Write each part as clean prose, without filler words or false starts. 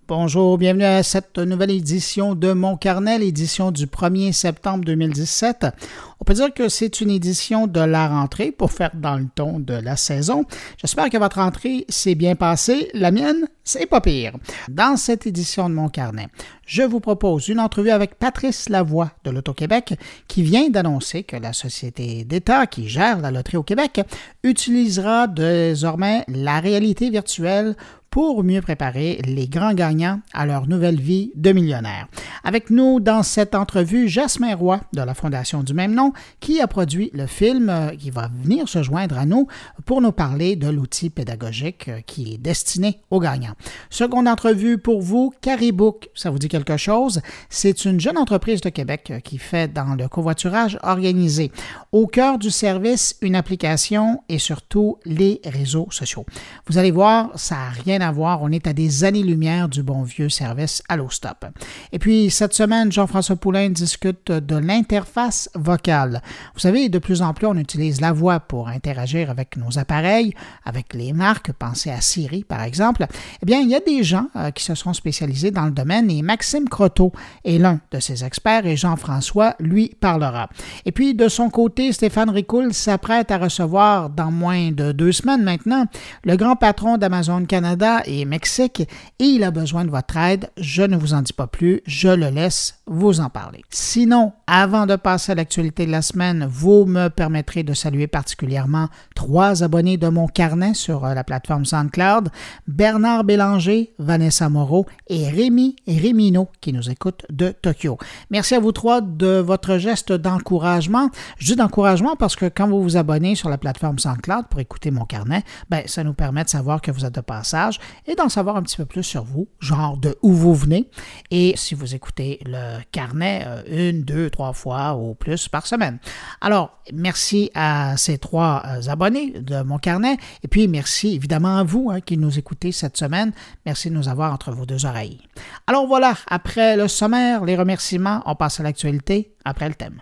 Bonjour, bienvenue à cette nouvelle édition de Mon Carnet, l'édition du 1er septembre 2017. On peut dire que c'est une édition de la rentrée pour faire dans le ton de la saison. J'espère que votre rentrée s'est bien passée. La mienne, c'est pas pire. Dans cette édition de Mon Carnet, je vous propose une entrevue avec Patrice Lavoie de l'Auto-Québec qui vient d'annoncer que la société d'État qui gère la loterie au Québec utilisera désormais la réalité virtuelle pour mieux préparer les grands gagnants à leur nouvelle vie de millionnaire. Avec nous dans cette entrevue, Jasmin Roy de la Fondation du même nom qui a produit le film qui va venir se joindre à nous pour nous parler de l'outil pédagogique qui est destiné aux gagnants. Seconde entrevue pour vous, Caribook, ça vous dit quelque chose? C'est une jeune entreprise de Québec qui fait dans le covoiturage organisé. Au cœur du service, une application et surtout les réseaux sociaux. Vous allez voir, ça n'a rien à voir. On est à des années-lumière du bon vieux service AlloStop. Et puis, cette semaine, Jean-François Poulain discute de l'interface vocale. Vous savez, de plus en plus, on utilise la voix pour interagir avec nos appareils, avec les marques. Pensez à Siri, par exemple. Eh bien, il y a des gens qui se sont spécialisés dans le domaine et Maxime Croteau est l'un de ces experts et Jean-François lui parlera. Et puis, de son côté, Stéphane Ricoul s'apprête à recevoir dans moins de 2 semaines maintenant le grand patron d'Amazon Canada et Mexique et il a besoin de votre aide. Je ne vous en dis pas plus, je le laisse vous en parler. Sinon, avant de passer à l'actualité de la semaine, vous me permettrez de saluer particulièrement 3 abonnés de Mon Carnet sur la plateforme SoundCloud, Bernard Bélanger, Vanessa Moreau et Rémi Rémino qui nous écoutent de Tokyo. Merci à vous 3 de votre geste d'encouragement. Je dis d'encouragement parce que quand vous vous abonnez sur la plateforme SoundCloud pour écouter Mon Carnet, ça nous permet de savoir que vous êtes de passage et d'en savoir un petit peu plus sur vous, genre de où vous venez et si vous écoutez le carnet 1, 2, 3 fois ou plus par semaine. Alors, merci à ces 3 abonnés de Mon Carnet et puis merci évidemment à vous qui nous écoutez cette semaine. Merci de nous avoir entre vos 2 oreilles. Alors voilà, après le sommaire, les remerciements, on passe à l'actualité après le thème.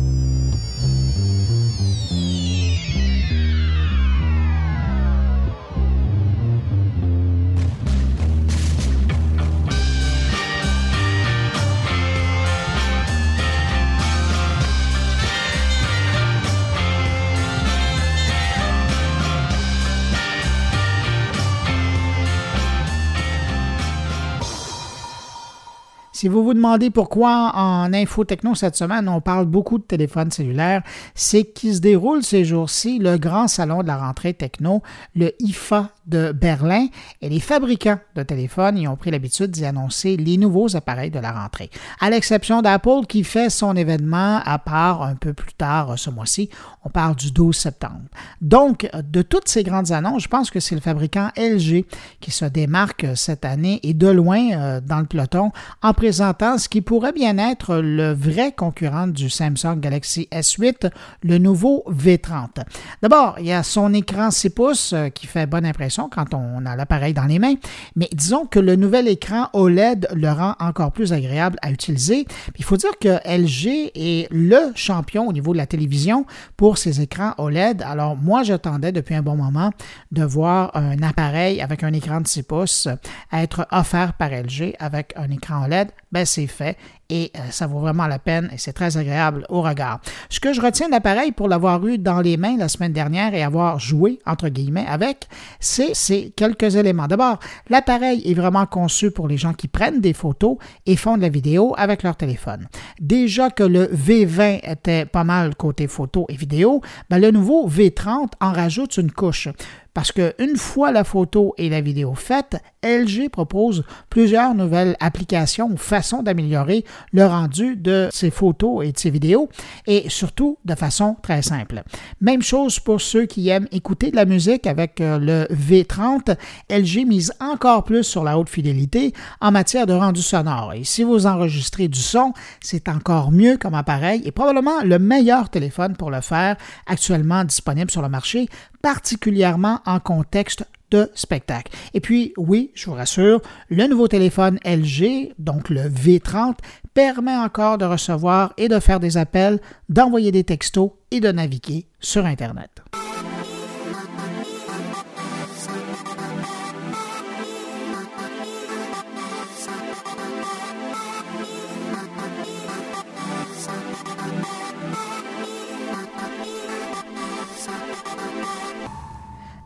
Si vous vous demandez pourquoi en Info-Techno cette semaine, on parle beaucoup de téléphones cellulaires, c'est qu'il se déroule ces jours-ci le grand salon de la rentrée techno, le IFA de Berlin, et les fabricants de téléphones y ont pris l'habitude d'y annoncer les nouveaux appareils de la rentrée. À l'exception d'Apple qui fait son événement à part un peu plus tard ce mois-ci, on parle du 12 septembre. Donc, de toutes ces grandes annonces, je pense que c'est le fabricant LG qui se démarque cette année et de loin dans le peloton en présentant ce qui pourrait bien être le vrai concurrent du Samsung Galaxy S8, le nouveau V30. D'abord, il y a son écran 6 pouces qui fait bonne impression quand on a l'appareil dans les mains, mais disons que le nouvel écran OLED le rend encore plus agréable à utiliser. Puis il faut dire que LG est le champion au niveau de la télévision pour ses écrans OLED. Alors moi, j'attendais depuis un bon moment de voir un appareil avec un écran de 6 pouces être offert par LG avec un écran OLED. C'est fait et ça vaut vraiment la peine et c'est très agréable au regard. Ce que je retiens de l'appareil pour l'avoir eu dans les mains la semaine dernière et avoir joué, entre guillemets, avec, c'est quelques éléments. D'abord, l'appareil est vraiment conçu pour les gens qui prennent des photos et font de la vidéo avec leur téléphone. Déjà que le V20 était pas mal côté photo et vidéo, le nouveau V30 en rajoute une couche. Parce qu'une fois la photo et la vidéo faites, LG propose plusieurs nouvelles applications ou façons d'améliorer le rendu de ses photos et de ses vidéos et surtout de façon très simple. Même chose pour ceux qui aiment écouter de la musique avec le V30, LG mise encore plus sur la haute fidélité en matière de rendu sonore. Et si vous enregistrez du son, c'est encore mieux comme appareil et probablement le meilleur téléphone pour le faire actuellement disponible sur le marché, particulièrement en contexte de spectacle. Et puis, oui, je vous rassure, le nouveau téléphone LG, donc le V30, permet encore de recevoir et de faire des appels, d'envoyer des textos et de naviguer sur Internet.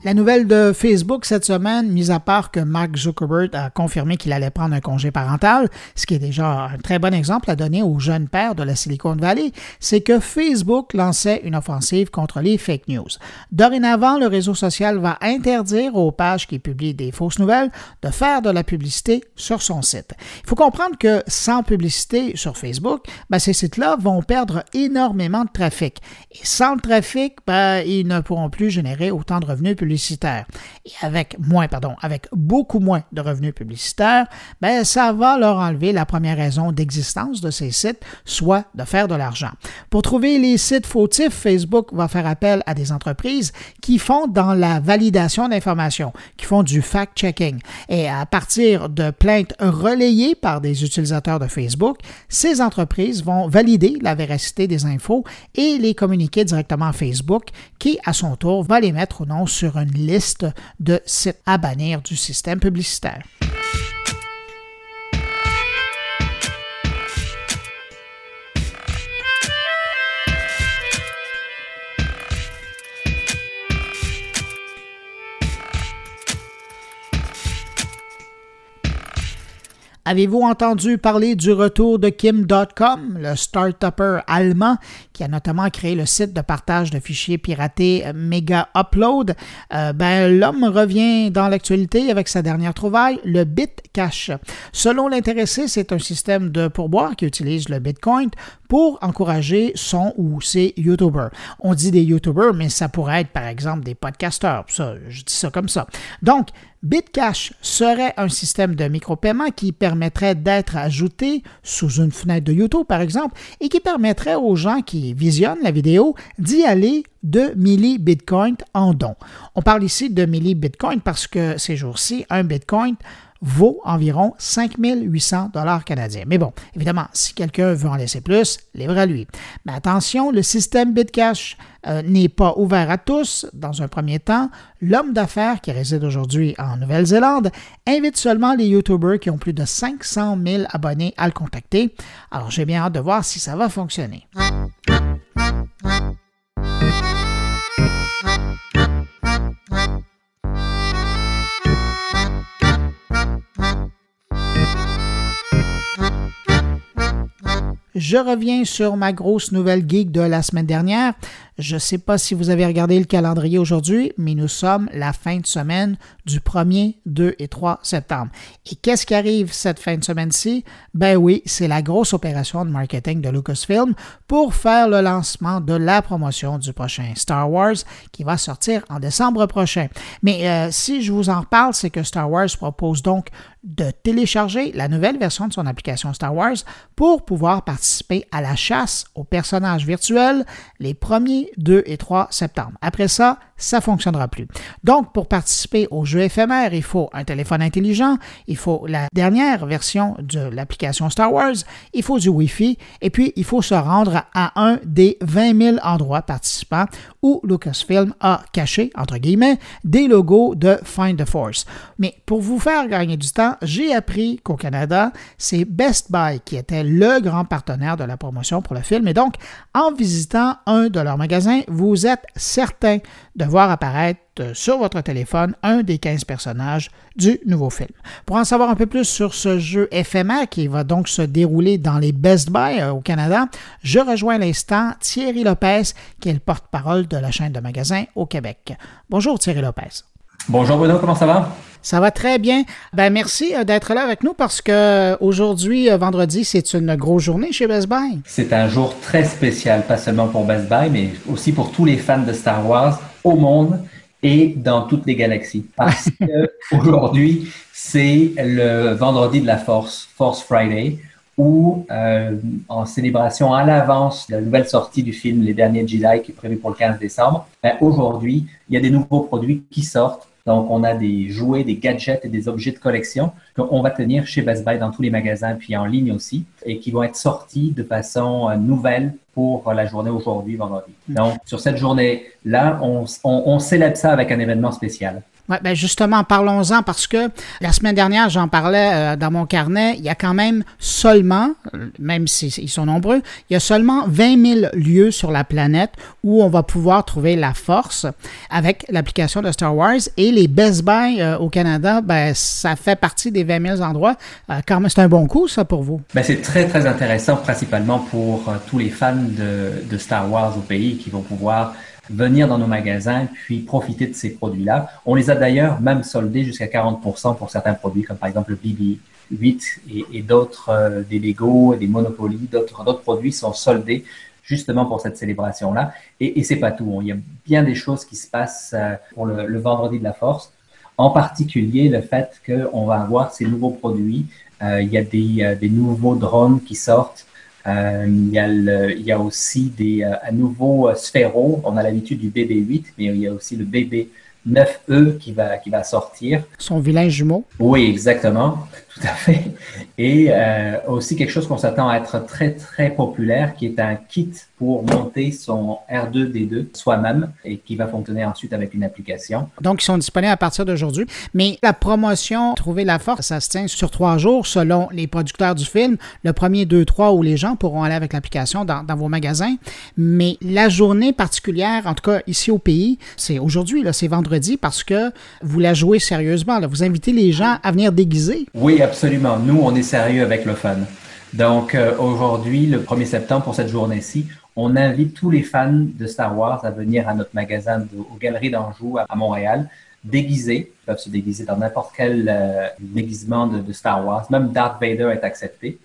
La nouvelle de Facebook cette semaine, mis à part que Mark Zuckerberg a confirmé qu'il allait prendre un congé parental, ce qui est déjà un très bon exemple à donner aux jeunes pères de la Silicon Valley, c'est que Facebook lançait une offensive contre les fake news. Dorénavant, le réseau social va interdire aux pages qui publient des fausses nouvelles de faire de la publicité sur son site. Il faut comprendre que sans publicité sur Facebook, ces sites-là vont perdre énormément de trafic. Et sans le trafic, ils ne pourront plus générer autant de revenus publicitaires. Et avec beaucoup moins de revenus publicitaires, ça va leur enlever la première raison d'existence de ces sites, soit de faire de l'argent. Pour trouver les sites fautifs, Facebook va faire appel à des entreprises qui font dans la validation d'informations, qui font du fact-checking. Et à partir de plaintes relayées par des utilisateurs de Facebook, ces entreprises vont valider la véracité des infos et les communiquer directement à Facebook, qui, à son tour, va les mettre ou non sur une liste de sites à bannir du système publicitaire. Avez-vous entendu parler du retour de Kim.com, le start-upper allemand qui a notamment créé le site de partage de fichiers piratés Mega Upload? L'homme revient dans l'actualité avec sa dernière trouvaille, le BitCash. Selon l'intéressé, c'est un système de pourboire qui utilise le Bitcoin pour encourager son ou ses YouTubers. On dit des YouTubers, mais ça pourrait être par exemple des podcasteurs. Ça, je dis ça comme ça. Donc, BitCash serait un système de micro-paiement qui permettrait d'être ajouté sous une fenêtre de YouTube, par exemple, et qui permettrait aux gens qui visionnent la vidéo d'y aller de milli-bitcoin en don. On parle ici de milli-bitcoin parce que ces jours-ci, un bitcoin vaut environ 5 800 $ canadiens. Mais bon, évidemment, si quelqu'un veut en laisser plus, libre à lui. Mais attention, le système BitCash n'est pas ouvert à tous. Dans un premier temps, l'homme d'affaires qui réside aujourd'hui en Nouvelle-Zélande invite seulement les YouTubers qui ont plus de 500 000 abonnés à le contacter. Alors, j'ai bien hâte de voir si ça va fonctionner. Je reviens sur ma grosse nouvelle geek de la semaine dernière. Je ne sais pas si vous avez regardé le calendrier aujourd'hui, mais nous sommes la fin de semaine du 1er, 2 et 3 septembre. Et qu'est-ce qui arrive cette fin de semaine-ci? Oui, c'est la grosse opération de marketing de Lucasfilm pour faire le lancement de la promotion du prochain Star Wars qui va sortir en décembre prochain. Mais si je vous en reparle, c'est que Star Wars propose donc de télécharger la nouvelle version de son application Star Wars pour pouvoir participer à la chasse aux personnages virtuels les 1er, 2 et 3 septembre. Après ça, ça ne fonctionnera plus. Donc, pour participer au jeu éphémère, il faut un téléphone intelligent, il faut la dernière version de l'application Star Wars, il faut du Wi-Fi et puis il faut se rendre à un des 20 000 endroits participants où Lucasfilm a caché, entre guillemets, des logos de Find the Force. Mais pour vous faire gagner du temps, j'ai appris qu'au Canada, c'est Best Buy qui était le grand partenaire de la promotion pour le film. Et donc, en visitant un de leurs magasins, vous êtes certain de voir apparaître sur votre téléphone un des 15 personnages du nouveau film. Pour en savoir un peu plus sur ce jeu éphémère qui va donc se dérouler dans les Best Buy au Canada, je rejoins à l'instant Thierry Lopez, qui est le porte-parole de la chaîne de magasins au Québec. Bonjour Thierry Lopez. Bonjour Bruno, comment ça va? Ça va très bien. Merci d'être là avec nous parce que aujourd'hui, vendredi, c'est une grosse journée chez Best Buy. C'est un jour très spécial, pas seulement pour Best Buy, mais aussi pour tous les fans de Star Wars au monde et dans toutes les galaxies. Parce que aujourd'hui, c'est le vendredi de la Force, Force Friday, où en célébration à l'avance de la nouvelle sortie du film Les Derniers Jedi qui est prévu pour le 15 décembre, aujourd'hui, il y a des nouveaux produits qui sortent. Donc, on a des jouets, des gadgets et des objets de collection qu'on va tenir chez Best Buy dans tous les magasins, puis en ligne aussi, et qui vont être sortis de façon nouvelle pour la journée aujourd'hui, vendredi. Donc, sur cette journée-là, on célèbre ça avec un événement spécial. Ouais, ben justement, parlons-en parce que la semaine dernière, j'en parlais dans mon carnet, il y a quand même seulement, même s'ils sont nombreux, il y a seulement 20 000 lieux sur la planète où on va pouvoir trouver la force avec l'application de Star Wars et les Best Buy au Canada, ben ça fait partie des 20 000 endroits. Quand même, c'est un bon coup, ça, pour vous? Ben, c'est très, très intéressant, principalement pour tous les fans de Star Wars au pays qui vont pouvoir venir dans nos magasins puis profiter de ces produits-là. On les a d'ailleurs même soldés jusqu'à 40% pour certains produits, comme par exemple le BB-8 et d'autres, des Lego, des Monopoly, d'autres produits sont soldés justement pour cette célébration-là. Et c'est pas tout. Il y a bien des choses qui se passent pour le Vendredi de la Force. En particulier, le fait qu'on va avoir ces nouveaux produits. Il y a des nouveaux drones qui sortent. Il y a aussi un nouveau Sphero. On a l'habitude du BB-8, mais il y a aussi le BB-9E qui va sortir. Son vilain jumeau. Oui, exactement, tout à fait. Et aussi quelque chose qu'on s'attend à être très, très populaire, qui est un kit pour monter son R2D2 soi-même et qui va fonctionner ensuite avec une application. Donc, ils sont disponibles à partir d'aujourd'hui. Mais la promotion Trouver la force, ça se tient sur 3 jours selon les producteurs du film. Le premier 2, 3 où les gens pourront aller avec l'application dans vos magasins. Mais la journée particulière, en tout cas ici au pays, c'est aujourd'hui, là, c'est vendredi parce que vous la jouez sérieusement. Là. Vous invitez les gens à venir déguiser. Oui, absolument. Nous, on est sérieux avec le fun. Donc, aujourd'hui, le 1er septembre, pour cette journée-ci, on invite tous les fans de Star Wars à venir à notre magasin aux Galeries d'Anjou à Montréal, déguisés. Ils peuvent se déguiser dans n'importe quel déguisement de Star Wars. Même Darth Vader est accepté.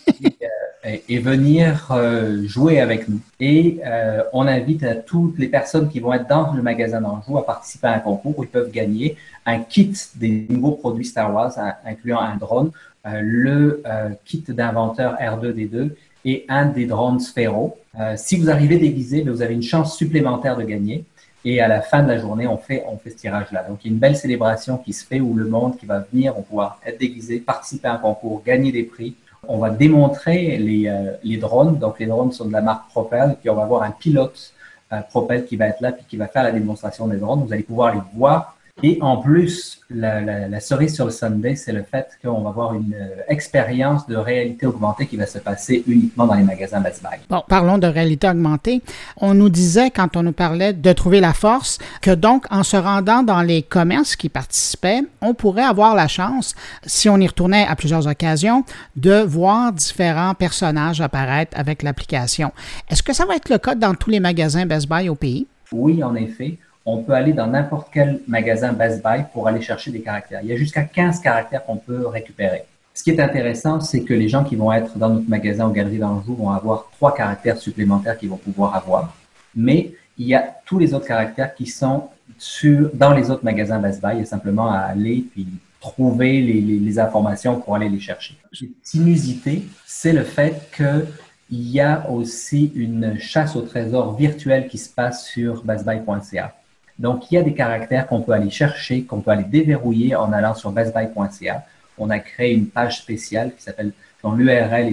Et venir jouer avec nous. Et on invite toutes les personnes qui vont être dans le magasin d'Anjou à participer à un concours où ils peuvent gagner un kit des nouveaux produits Star Wars, incluant un drone, le kit d'inventeur R2D2 et un des drones Sphero. Si vous arrivez déguisé, vous avez une chance supplémentaire de gagner. Et à la fin de la journée, on fait ce tirage-là. Donc, il y a une belle célébration qui se fait où le monde qui va venir va pouvoir être déguisé, participer à un concours, gagner des prix. On va démontrer les drones. Donc, les drones sont de la marque Propel. Puis, on va avoir un pilote Propel qui va être là puis qui va faire la démonstration des drones. Vous allez pouvoir les voir. Et en plus, la cerise sur le sundae, c'est le fait qu'on va avoir une expérience de réalité augmentée qui va se passer uniquement dans les magasins Best Buy. Bon, parlons de réalité augmentée. On nous disait, quand on nous parlait de trouver la force, que donc, en se rendant dans les commerces qui participaient, on pourrait avoir la chance, si on y retournait à plusieurs occasions, de voir différents personnages apparaître avec l'application. Est-ce que ça va être le cas dans tous les magasins Best Buy au pays? Oui, en effet. On peut aller dans n'importe quel magasin Best Buy pour aller chercher des caractères. Il y a jusqu'à 15 caractères qu'on peut récupérer. Ce qui est intéressant, c'est que les gens qui vont être dans notre magasin aux Galeries d'Anjou vont avoir 3 caractères supplémentaires qu'ils vont pouvoir avoir. Mais il y a tous les autres caractères qui sont dans les autres magasins Best Buy. Il y a simplement à aller puis trouver les informations pour aller les chercher. Une inusité, c'est le fait qu'il y a aussi une chasse au trésor virtuelle qui se passe sur bestbuy.ca. Donc, il y a des caractères qu'on peut aller chercher, qu'on peut aller déverrouiller en allant sur bestbuy.ca. On a créé une page spéciale qui s'appelle, dont l'URL est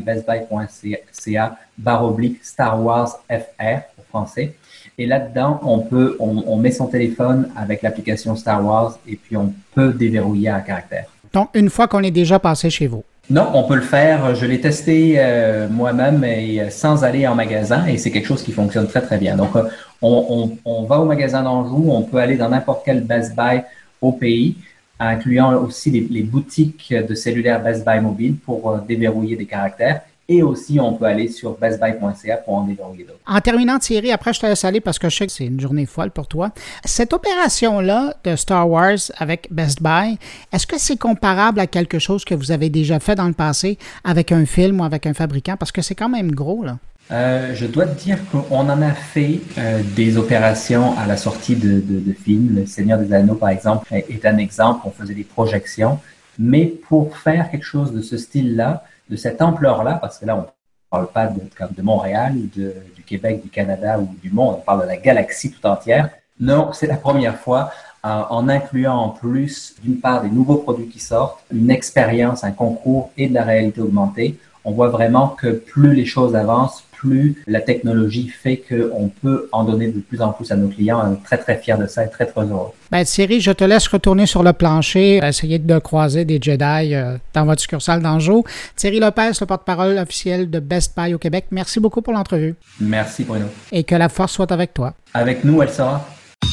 bestbuy.ca/Star Wars FR pour français. Et là-dedans, on met son téléphone avec l'application Star Wars et puis on peut déverrouiller un caractère. Donc, une fois qu'on est déjà passé chez vous. Non, on peut le faire. Je l'ai testé moi-même et sans aller en magasin et c'est quelque chose qui fonctionne très, très bien. Donc, on va au magasin d'Anjou, on peut aller dans n'importe quel Best Buy au pays, incluant aussi les boutiques de cellulaires Best Buy mobile pour déverrouiller des caractères. Et aussi, on peut aller sur bestbuy.ca pour en déverrouiller d'autres. En terminant, Thierry, après, je te laisse aller parce que je sais que c'est une journée folle pour toi. Cette opération-là de Star Wars avec Best Buy, est-ce que c'est comparable à quelque chose que vous avez déjà fait dans le passé avec un film ou avec un fabricant? Parce que c'est quand même gros, là. Je dois te dire qu'on en a fait des opérations à la sortie de films. Le Seigneur des Anneaux, par exemple, est un exemple. On faisait des projections. Mais pour faire quelque chose de ce style-là, de cette ampleur-là, parce que là, on ne parle pas de Montréal ou du Québec, du Canada ou du monde, on parle de la galaxie tout entière. Non, c'est la première fois, en incluant en plus, d'une part, des nouveaux produits qui sortent, une expérience, un concours et de la réalité augmentée. on voit vraiment que plus les choses avancent, plus la technologie fait qu'on peut en donner de plus en plus à nos clients. On est très, très fiers de ça et très, très heureux. Ben, Thierry, je te laisse retourner sur le plancher, essayer de croiser des Jedi dans votre succursale d'Anjou. Thierry Lopez, le porte-parole officiel de Best Buy au Québec. Merci beaucoup pour l'entrevue. Merci, Bruno. Et que la force soit avec toi. Avec nous, elle sera.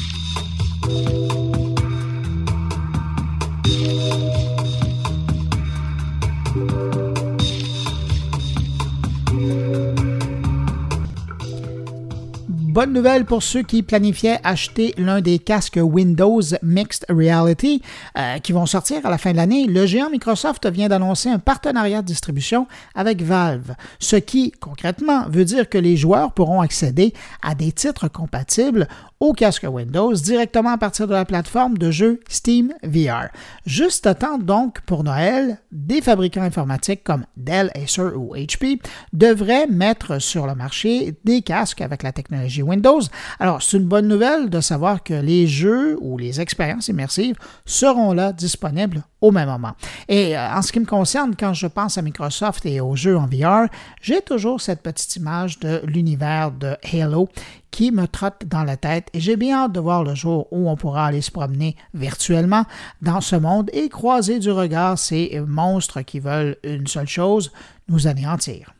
Bonne nouvelle pour ceux qui planifiaient acheter l'un des casques Windows Mixed Reality qui vont sortir à la fin de l'année. Le géant Microsoft vient d'annoncer un partenariat de distribution avec Valve, ce qui, concrètement, veut dire que les joueurs pourront accéder à des titres compatibles au casque Windows directement à partir de la plateforme de jeux Steam VR. Juste à temps donc pour Noël, des fabricants informatiques comme Dell, Acer ou HP devraient mettre sur le marché des casques avec la technologie Windows. Alors, c'est une bonne nouvelle de savoir que les jeux ou les expériences immersives seront là disponibles au même moment. Et en ce qui me concerne, quand je pense à Microsoft et aux jeux en VR, j'ai toujours cette petite image de l'univers de Halo qui me trotte dans la tête et j'ai bien hâte de voir le jour où on pourra aller se promener virtuellement dans ce monde et croiser du regard ces monstres qui veulent une seule chose, nous anéantir.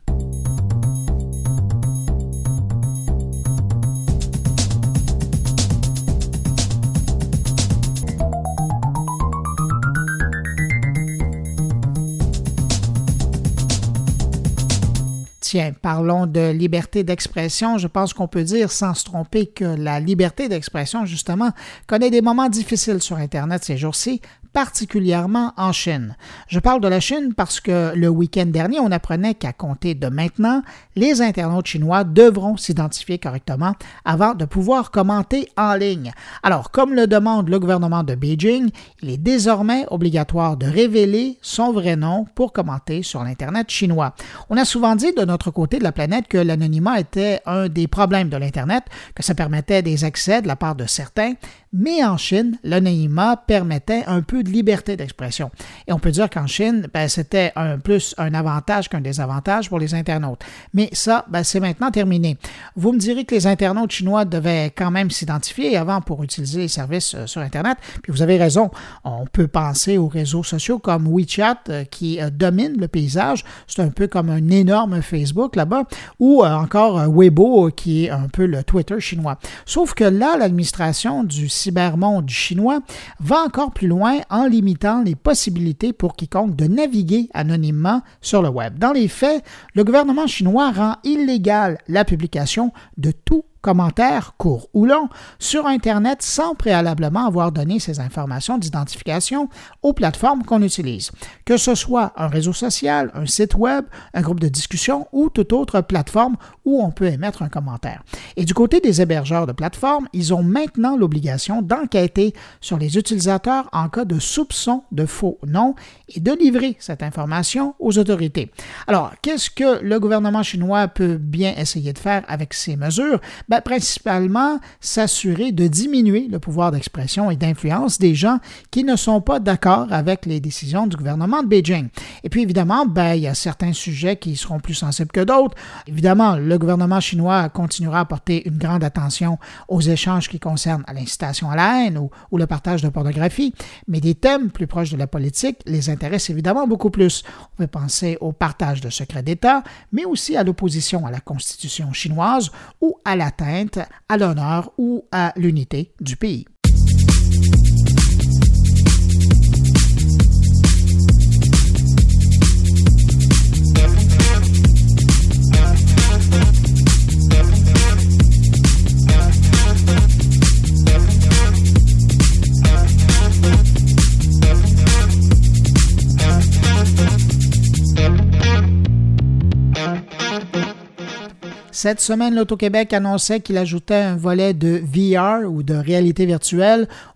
Tiens, parlons de liberté d'expression. Je pense qu'on peut dire sans se tromper que la liberté d'expression, justement, connaît des moments difficiles sur Internet ces jours-ci, particulièrement en Chine. Je parle de la Chine parce que le week-end dernier, on apprenait qu'à compter de maintenant, les internautes chinois devront s'identifier correctement avant de pouvoir commenter en ligne. Alors, comme le demande le gouvernement de Beijing, il est désormais obligatoire de révéler son vrai nom pour commenter sur l'Internet chinois. On a souvent dit de notre côté de la planète que l'anonymat était un des problèmes de l'Internet, que ça permettait des accès de la part de certains, mais en Chine, l'anonymat permettait un peu de liberté d'expression. Et on peut dire qu'en Chine, c'était plus un avantage qu'un désavantage pour les internautes. Mais ça, c'est maintenant terminé. Vous me direz que les internautes chinois devaient quand même s'identifier avant pour utiliser les services sur Internet. Puis vous avez raison, on peut penser aux réseaux sociaux comme WeChat qui domine le paysage. C'est un peu comme un énorme Facebook là-bas, ou encore Weibo qui est un peu le Twitter chinois. Sauf que là, l'administration du cybermonde chinois va encore plus loin en limitant les possibilités pour quiconque de naviguer anonymement sur le web. Dans les faits, le gouvernement chinois rend illégale la publication de tout commentaires courts ou longs sur Internet sans préalablement avoir donné ces informations d'identification aux plateformes qu'on utilise, que ce soit un réseau social, un site web, un groupe de discussion ou toute autre plateforme où on peut émettre un commentaire. Et du côté des hébergeurs de plateformes, ils ont maintenant l'obligation d'enquêter sur les utilisateurs en cas de soupçon de faux noms et de livrer cette information aux autorités. Alors, qu'est-ce que le gouvernement chinois peut bien essayer de faire avec ces mesures? Principalement, s'assurer de diminuer le pouvoir d'expression et d'influence des gens qui ne sont pas d'accord avec les décisions du gouvernement de Beijing. Et puis, évidemment, il y a certains sujets qui seront plus sensibles que d'autres. Évidemment, le gouvernement chinois continuera à porter une grande attention aux échanges qui concernent l'incitation à la haine ou le partage de pornographie, mais des thèmes plus proches de la politique les intéressent évidemment beaucoup plus. On peut penser au partage de secrets d'État, mais aussi à l'opposition à la constitution chinoise ou à l'atteinte à l'honneur ou à l'unité du pays. Cette semaine, l'Auto-Québec annonçait qu'il ajoutait un volet de VR ou de réalité virtuelle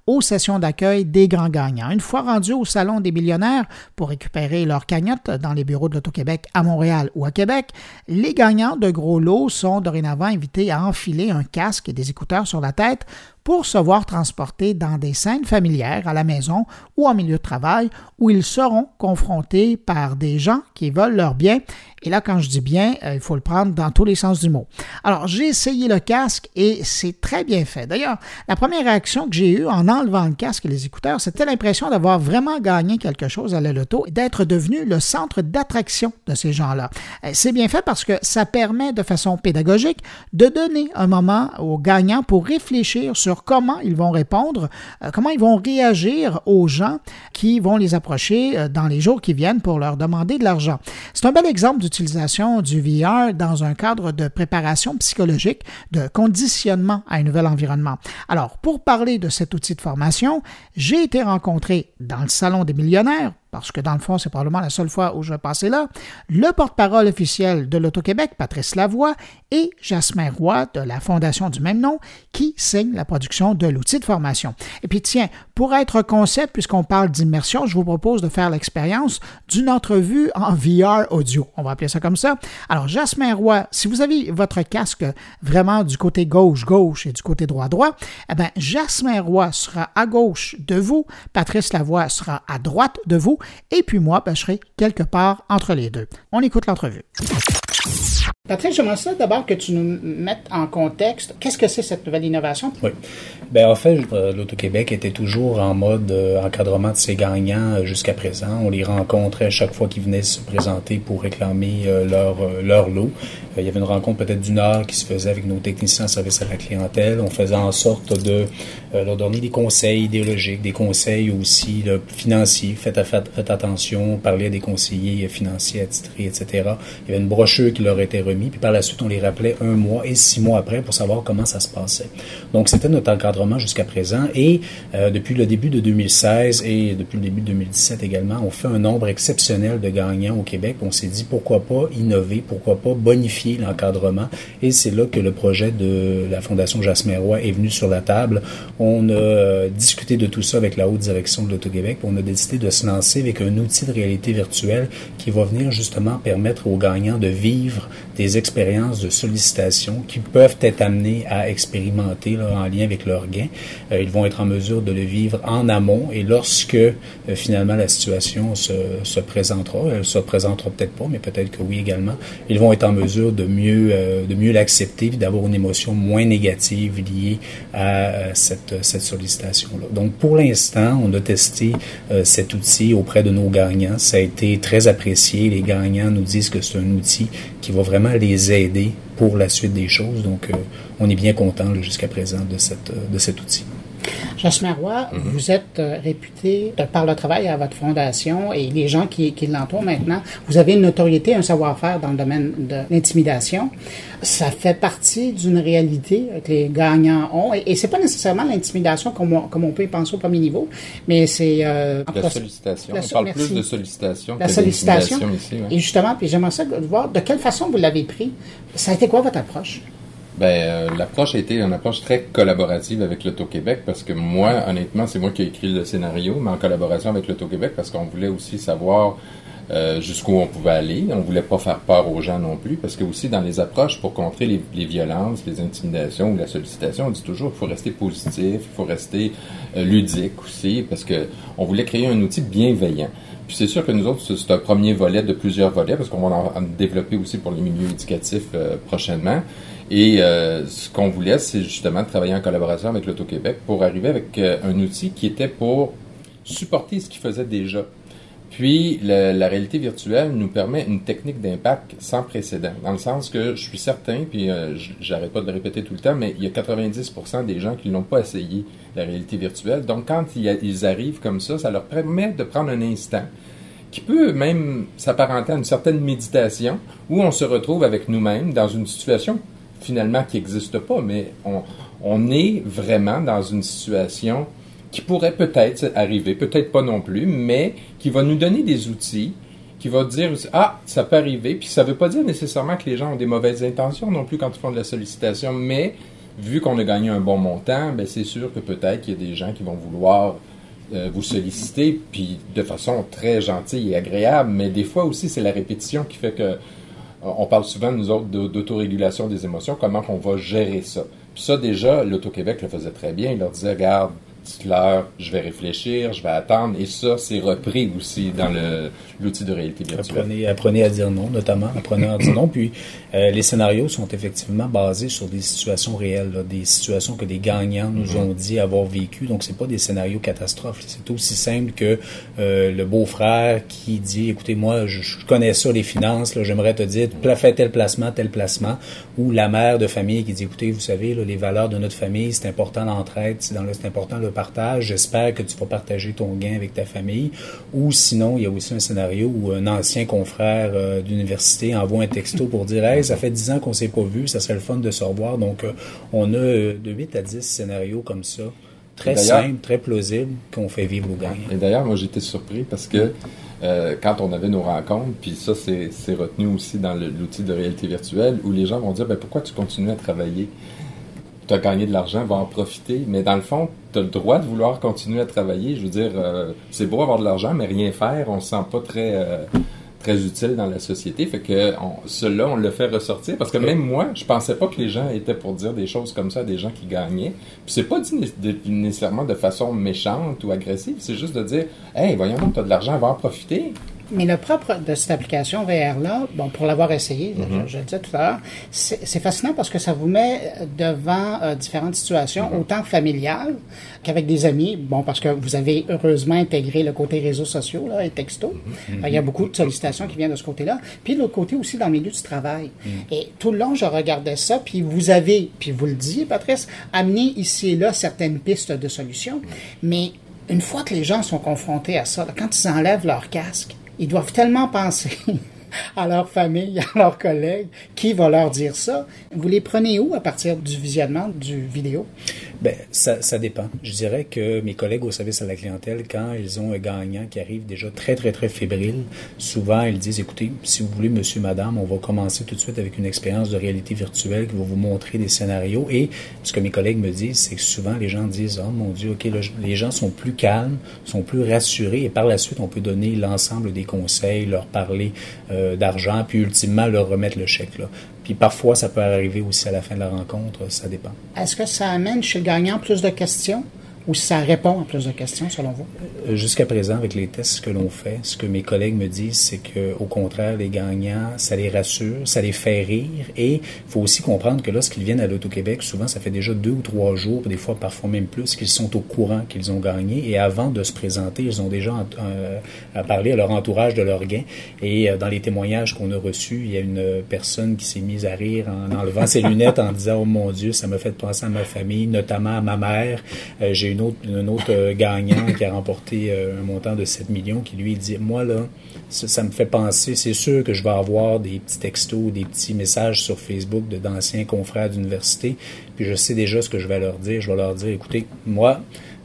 aux sessions d'accueil des grands gagnants. Une fois rendus au Salon des millionnaires pour récupérer leur cagnotte dans les bureaux de l'Auto-Québec à Montréal ou à Québec, les gagnants de gros lots sont dorénavant invités à enfiler un casque et des écouteurs sur la tête pour se voir transportés dans des scènes familières à la maison ou en milieu de travail où ils seront confrontés par des gens qui veulent leur bien. Et là, quand je dis bien, il faut le prendre dans tous les sens du mot. Alors, j'ai essayé le casque et c'est très bien fait. D'ailleurs, la première réaction que j'ai eue en enlevant le casque et les écouteurs, c'était l'impression d'avoir vraiment gagné quelque chose à la loto et d'être devenu le centre d'attraction de ces gens-là. C'est bien fait parce que ça permet de façon pédagogique de donner un moment aux gagnants pour réfléchir sur comment ils vont répondre, comment ils vont réagir aux gens qui vont les approcher dans les jours qui viennent pour leur demander de l'argent. C'est un bel exemple d'utilisation du VR dans un cadre de préparation psychologique, de conditionnement à un nouvel environnement. Alors, pour parler de cet outil de formation, j'ai été rencontré dans le Salon des millionnaires, parce que dans le fond, c'est probablement la seule fois où je vais passer là, le porte-parole officiel de l'Auto-Québec, Patrice Lavoie, et Jasmin Roy de la fondation du même nom, qui signe la production de l'outil de formation. Et puis tiens, pour être concept, puisqu'on parle d'immersion, je vous propose de faire l'expérience d'une entrevue en VR audio. On va appeler ça comme ça. Alors, Jasmin Roy, si vous avez votre casque vraiment du côté gauche et du côté droit, eh bien, Jasmin Roy sera à gauche de vous, Patrice Lavoie sera à droite de vous, et puis moi, je serai quelque part entre les deux. On écoute l'entrevue. Patrice, j'aimerais ça d'abord que tu nous mettes en contexte. Qu'est-ce que c'est cette nouvelle innovation? Oui. Bien, en fait, l'Auto-Québec était toujours en mode encadrement de ses gagnants jusqu'à présent. On les rencontrait chaque fois qu'ils venaient se présenter pour réclamer leur lot. Il y avait une rencontre peut-être d'une heure qui se faisait avec nos techniciens en service à la clientèle. On faisait en sorte de leur donner des conseils idéologiques, des conseils aussi financiers. Faites attention, parlez à des conseillers financiers attitrés, etc. Il y avait une brochure qui leur était remise, puis par la suite, on les rappelait 1 mois et 6 mois après pour savoir comment ça se passait. Donc, c'était notre encadrement jusqu'à présent. Et depuis le début de 2016 et depuis le début de 2017 également, on fait un nombre exceptionnel de gagnants au Québec. On s'est dit, pourquoi pas innover, pourquoi pas bonifier l'encadrement. Et c'est là que le projet de la Fondation Jasmin Roy est venu sur la table. On a discuté de tout ça avec la haute direction de l'Auto-Québec. On a décidé de se lancer avec un outil de réalité virtuelle qui va venir justement permettre aux gagnants de vivre des expériences de sollicitation qui peuvent être amenés à expérimenter là, en lien avec leurs gains. Ils vont être en mesure de le vivre en amont et lorsque finalement la situation se présentera, elle se présentera peut-être pas, mais peut-être que oui également, ils vont être en mesure de mieux l'accepter et d'avoir une émotion moins négative liée à cette sollicitation-là. Donc pour l'instant, on a testé cet outil auprès de nos gagnants. Ça a été très apprécié. Les gagnants nous disent que c'est un outil qui va vraiment les aider pour la suite des choses. Donc, on est bien content jusqu'à présent de cet outil. Jasmin Roy, vous êtes réputé par le travail à votre fondation et les gens qui l'entourent maintenant. Vous avez une notoriété, un savoir-faire dans le domaine de l'intimidation. Ça fait partie d'une réalité que les gagnants ont. Et c'est pas nécessairement l'intimidation comme on peut y penser au premier niveau, mais c'est... la sollicitation. On parle plus de sollicitation la que sollicitation. Ici. Ouais. Et justement, puis j'aimerais ça voir de quelle façon vous l'avez pris. Ça a été quoi votre approche? L'approche a été une approche très collaborative avec l'Auto-Québec parce que moi, honnêtement, c'est moi qui ai écrit le scénario, mais en collaboration avec l'Auto-Québec parce qu'on voulait aussi savoir jusqu'où on pouvait aller. On voulait pas faire peur aux gens non plus parce que aussi dans les approches pour contrer les violences, les intimidations ou la sollicitation, on dit toujours qu'il faut rester positif, il faut rester ludique aussi parce que on voulait créer un outil bienveillant. Puis c'est sûr que nous autres, c'est un premier volet de plusieurs volets parce qu'on va en développer aussi pour les milieux éducatifs prochainement. Et ce qu'on voulait, c'est justement de travailler en collaboration avec l'Auto-Québec pour arriver avec un outil qui était pour supporter ce qu'ils faisaient déjà. Puis, la réalité virtuelle nous permet une technique d'impact sans précédent, dans le sens que je suis certain, puis j'arrête pas de le répéter tout le temps, mais il y a 90% des gens qui n'ont pas essayé la réalité virtuelle. Donc, quand ils arrivent comme ça leur permet de prendre un instant qui peut même s'apparenter à une certaine méditation où on se retrouve avec nous-mêmes dans une situation finalement qui n'existe pas, mais on est vraiment dans une situation qui pourrait peut-être arriver, peut-être pas non plus, mais qui va nous donner des outils, qui va dire « Ah, ça peut arriver », puis ça veut pas dire nécessairement que les gens ont des mauvaises intentions non plus quand ils font de la sollicitation, mais vu qu'on a gagné un bon montant, ben c'est sûr que peut-être qu'il y a des gens qui vont vouloir vous solliciter, puis de façon très gentille et agréable, mais des fois aussi, c'est la répétition qui fait que on parle souvent, nous autres, d'autorégulation des émotions, comment qu'on va gérer ça. Puis ça, déjà, l'Auto-Québec le faisait très bien. Il leur disait, regarde, dites-leur, je vais réfléchir, je vais attendre. Et ça, c'est repris aussi dans l'outil de réalité virtuelle. Apprenez à dire non, notamment. Apprenez à dire non. Puis, les scénarios sont effectivement basés sur des situations réelles, là, des situations que des gagnants nous ont dit avoir vécues. Donc, c'est pas des scénarios catastrophes. C'est aussi simple que le beau-frère qui dit, écoutez, moi, je connais ça, les finances, là, j'aimerais te dire, fais tel placement. Ou la mère de famille qui dit, écoutez, vous savez, là, les valeurs de notre famille, c'est important l'entraide, c'est important le partage. J'espère que tu vas partager ton gain avec ta famille. Ou sinon, il y a aussi un scénario où un ancien confrère d'université envoie un texto pour dire « Hey, ça fait 10 ans qu'on s'est pas vu, ça serait le fun de se revoir. » Donc, on a de 8 à 10 scénarios comme ça, très simples, très plausibles, qu'on fait vivre aux gagnants. Et d'ailleurs, moi, j'étais surpris parce que quand on avait nos rencontres, puis ça, c'est retenu aussi dans l'outil de réalité virtuelle, où les gens vont dire « Pourquoi tu continues à travailler? » Tu as gagné de l'argent, va en profiter. Mais dans le fond, tu as le droit de vouloir continuer à travailler. Je veux dire, c'est beau avoir de l'argent, mais rien faire, on se sent pas très utile dans la société. Fait que cela, on le fait ressortir. Parce que même moi, je pensais pas que les gens étaient pour dire des choses comme ça à des gens qui gagnaient. Puis c'est pas dit nécessairement de façon méchante ou agressive. C'est juste de dire, hey, voyons donc, tu as de l'argent, va en profiter. Mais le propre de cette application VR-là, bon, pour l'avoir essayé, je le disais tout à l'heure, c'est fascinant parce que ça vous met devant différentes situations, autant familiales qu'avec des amis. Bon, parce que vous avez heureusement intégré le côté réseaux sociaux, là, et texto. Il y a beaucoup de sollicitations qui viennent de ce côté-là. Puis de l'autre côté aussi dans le milieu du travail. Et tout le long, je regardais ça, puis vous avez, puis vous le disiez, Patrice, amené ici et là certaines pistes de solutions. Mais une fois que les gens sont confrontés à ça, là, quand ils enlèvent leur casque, ils doivent tellement penser à leur famille, à leurs collègues, qui va leur dire ça. Vous les prenez où à partir du visionnement du vidéo? Ben, ça dépend. Je dirais que mes collègues au service à la clientèle, quand ils ont un gagnant qui arrive déjà très, très, très fébrile, souvent ils disent, écoutez, si vous voulez, monsieur, madame, on va commencer tout de suite avec une expérience de réalité virtuelle qui va vous montrer des scénarios. Et ce que mes collègues me disent, c'est que souvent les gens disent, oh mon Dieu, OK, là, les gens sont plus calmes, sont plus rassurés, et par la suite, on peut donner l'ensemble des conseils, leur parler d'argent, puis ultimement leur remettre le chèque, là. Puis parfois, ça peut arriver aussi à la fin de la rencontre, ça dépend. Est-ce que ça amène chez le gagnant plus de questions ou ça répond à plus de questions, selon vous? Jusqu'à présent, avec les tests que l'on fait, ce que mes collègues me disent, c'est que, au contraire, les gagnants, ça les rassure, ça les fait rire. Et il faut aussi comprendre que lorsqu'ils viennent à l'Auto-Québec, souvent, ça fait déjà 2 ou 3 jours, des fois parfois même plus, qu'ils sont au courant qu'ils ont gagné. Et avant de se présenter, ils ont déjà parlé à leur entourage de leur gain. Et dans les témoignages qu'on a reçus, il y a une personne qui s'est mise à rire en enlevant ses lunettes, en disant « Oh mon Dieu, ça m'a fait penser à ma famille, notamment à ma mère. J'ai un autre gagnant qui a remporté un montant de 7 millions qui lui dit, moi là, ça me fait penser, c'est sûr que je vais avoir des petits textos, des petits messages sur Facebook d'anciens confrères d'université, puis je sais déjà ce que je vais leur dire. Je vais leur dire, écoutez, moi,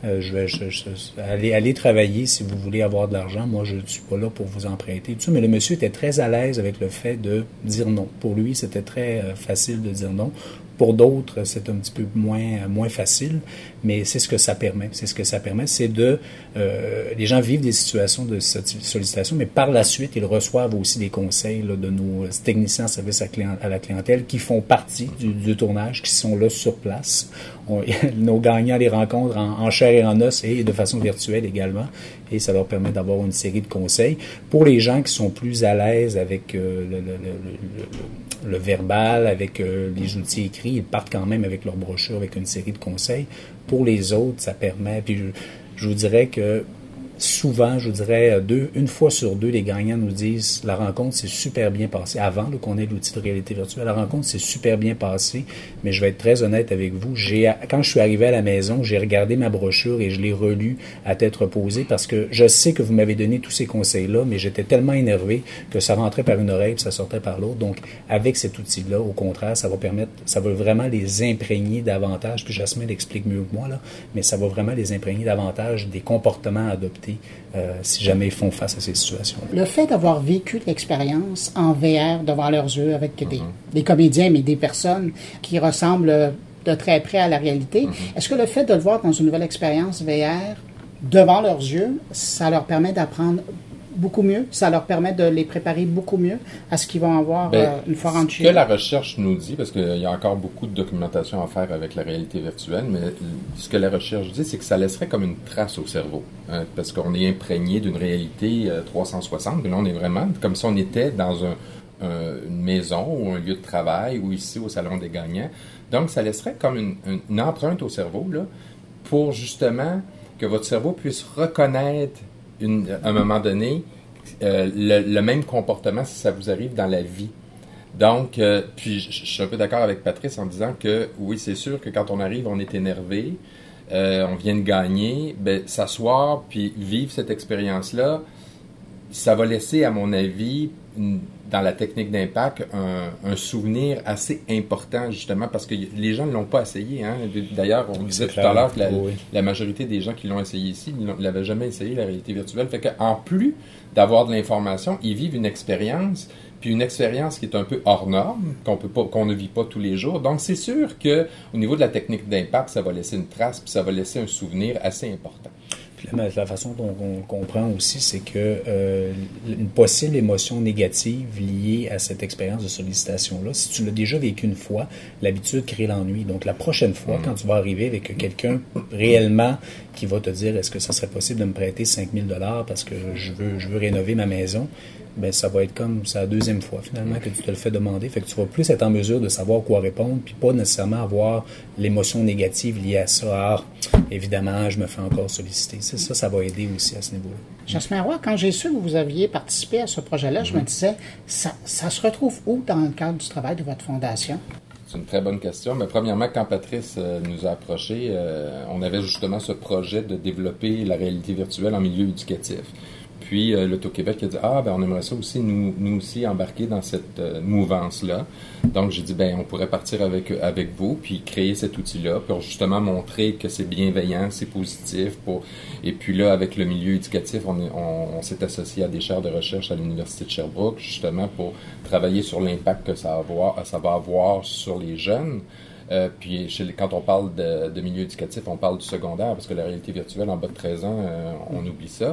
allez travailler si vous voulez avoir de l'argent. Moi, je ne suis pas là pour vous emprunter. Tout ça, mais le monsieur était très à l'aise avec le fait de dire non. Pour lui, c'était très facile de dire non. Pour d'autres, c'est un petit peu moins facile, mais c'est ce que ça permet. C'est ce que ça permet, c'est de... les gens vivent des situations de sollicitation, mais par la suite, ils reçoivent aussi des conseils là, de nos techniciens en service à la clientèle qui font partie du tournage, qui sont là sur place. Nos gagnants les rencontrent en chair et en os et de façon virtuelle également, et ça leur permet d'avoir une série de conseils. Pour les gens qui sont plus à l'aise avec le verbal, avec les outils écrits, ils partent quand même avec leur brochure, avec une série de conseils. Pour les autres, ça permet, puis je vous dirais que souvent, je vous dirais, une fois sur 2, les gagnants nous disent la rencontre s'est super bien passée. Avant qu'on ait l'outil de réalité virtuelle, la rencontre s'est super bien passée, mais je vais être très honnête avec vous. Quand je suis arrivé à la maison, j'ai regardé ma brochure et je l'ai relue à tête reposée parce que je sais que vous m'avez donné tous ces conseils-là, mais j'étais tellement énervé que ça rentrait par une oreille et ça sortait par l'autre. Donc, avec cet outil-là, au contraire, ça va vraiment les imprégner davantage, puis Jasmine l'explique mieux que moi, là, mais ça va vraiment les imprégner davantage des comportements adoptés si jamais ils font face à ces situations. Le fait d'avoir vécu l'expérience en VR devant leurs yeux avec des comédiens, mais des personnes qui ressemblent de très près à la réalité. Est-ce que le fait de le voir dans une nouvelle expérience VR, devant leurs yeux, ça leur permet d'apprendre beaucoup mieux, ça leur permet de les préparer beaucoup mieux à ce qu'ils vont avoir une fois rentrés chez eux? Ce que la recherche nous dit, parce qu'il y a encore beaucoup de documentation à faire avec la réalité virtuelle, mais ce que la recherche dit, c'est que ça laisserait comme une trace au cerveau, hein, parce qu'on est imprégné d'une réalité 360, mais là on est vraiment comme si on était dans une maison ou un lieu de travail ou ici au Salon des Gagnants. Donc ça laisserait comme une empreinte au cerveau là, pour justement que votre cerveau puisse reconnaître à un moment donné, le même comportement si ça vous arrive dans la vie. Donc, puis je suis un peu d'accord avec Patrice en disant que oui, c'est sûr que quand on arrive, on est énervé, on vient de gagner, ben, s'asseoir puis vivre cette expérience-là, ça va laisser, à mon avis, dans la technique d'impact, un souvenir assez important, justement, parce que les gens ne l'ont pas essayé. Hein. D'ailleurs, on disait tout à l'heure que la majorité des gens qui l'ont essayé ici ne l'avaient jamais essayé, la réalité virtuelle. Fait qu'en plus d'avoir de l'information, ils vivent une expérience, puis une expérience qui est un peu hors norme, qu'on ne vit pas tous les jours. Donc, c'est sûr que au niveau de la technique d'impact, ça va laisser une trace, puis ça va laisser un souvenir assez important. La façon dont on comprend aussi, c'est que une possible émotion négative liée à cette expérience de sollicitation-là, si tu l'as déjà vécu une fois, l'habitude crée l'ennui. Donc, la prochaine fois, quand tu vas arriver avec quelqu'un réellement qui va te dire « Est-ce que ça serait possible de me prêter 5 000 $ parce que je veux rénover ma maison? » Ben ça va être comme c'est la deuxième fois, finalement, que tu te le fais demander. Fait que tu vas plus être en mesure de savoir quoi répondre, puis pas nécessairement avoir l'émotion négative liée à ça. Ah, évidemment, je me fais encore solliciter. C'est ça va aider aussi à ce niveau-là. Jasmin Roy, quand j'ai su que vous aviez participé à ce projet-là, je me disais, ça se retrouve où dans le cadre du travail de votre fondation? C'est une très bonne question. Mais premièrement, quand Patrice nous a approchés, on avait justement ce projet de développer la réalité virtuelle en milieu éducatif. Puis l'Auto-Québec a dit « Ah, ben on aimerait ça aussi, nous aussi, embarquer dans cette mouvance-là. » Donc, j'ai dit « Ben, on pourrait partir avec vous, puis créer cet outil-là, pour justement montrer que c'est bienveillant, c'est positif. Et puis là, avec le milieu éducatif, on s'est associé à des chaires de recherche à l'Université de Sherbrooke, justement pour travailler sur l'impact que ça va avoir sur les jeunes. Puis quand on parle de milieu éducatif, on parle du secondaire, parce que la réalité virtuelle en bas de 13 ans, on oublie ça.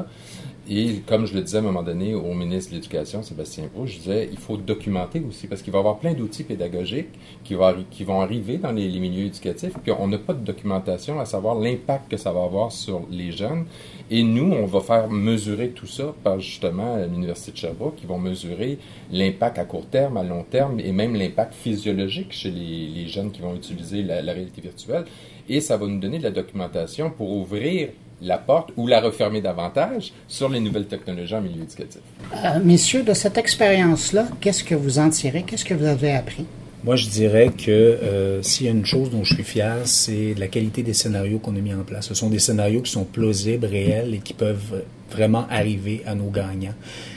Et comme je le disais à un moment donné au ministre de l'Éducation, Sébastien Proulx, je disais, il faut documenter aussi, parce qu'il va y avoir plein d'outils pédagogiques qui vont arriver dans les milieux éducatifs, puis on n'a pas de documentation à savoir l'impact que ça va avoir sur les jeunes. Et nous, on va faire mesurer tout ça par justement l'Université de Sherbrooke, qui vont mesurer l'impact à court terme, à long terme, et même l'impact physiologique chez les jeunes qui vont utiliser la réalité virtuelle. Et ça va nous donner de la documentation pour ouvrir la porte ou la refermer davantage sur les nouvelles technologies en milieu éducatif. Messieurs, de cette expérience-là, qu'est-ce que vous en tirez? Qu'est-ce que vous avez appris? Moi, je dirais que s'il y a une chose dont je suis fier, c'est la qualité des scénarios qu'on a mis en place. Ce sont des scénarios qui sont plausibles, réels et qui peuvent vraiment arriver à nos gagnants.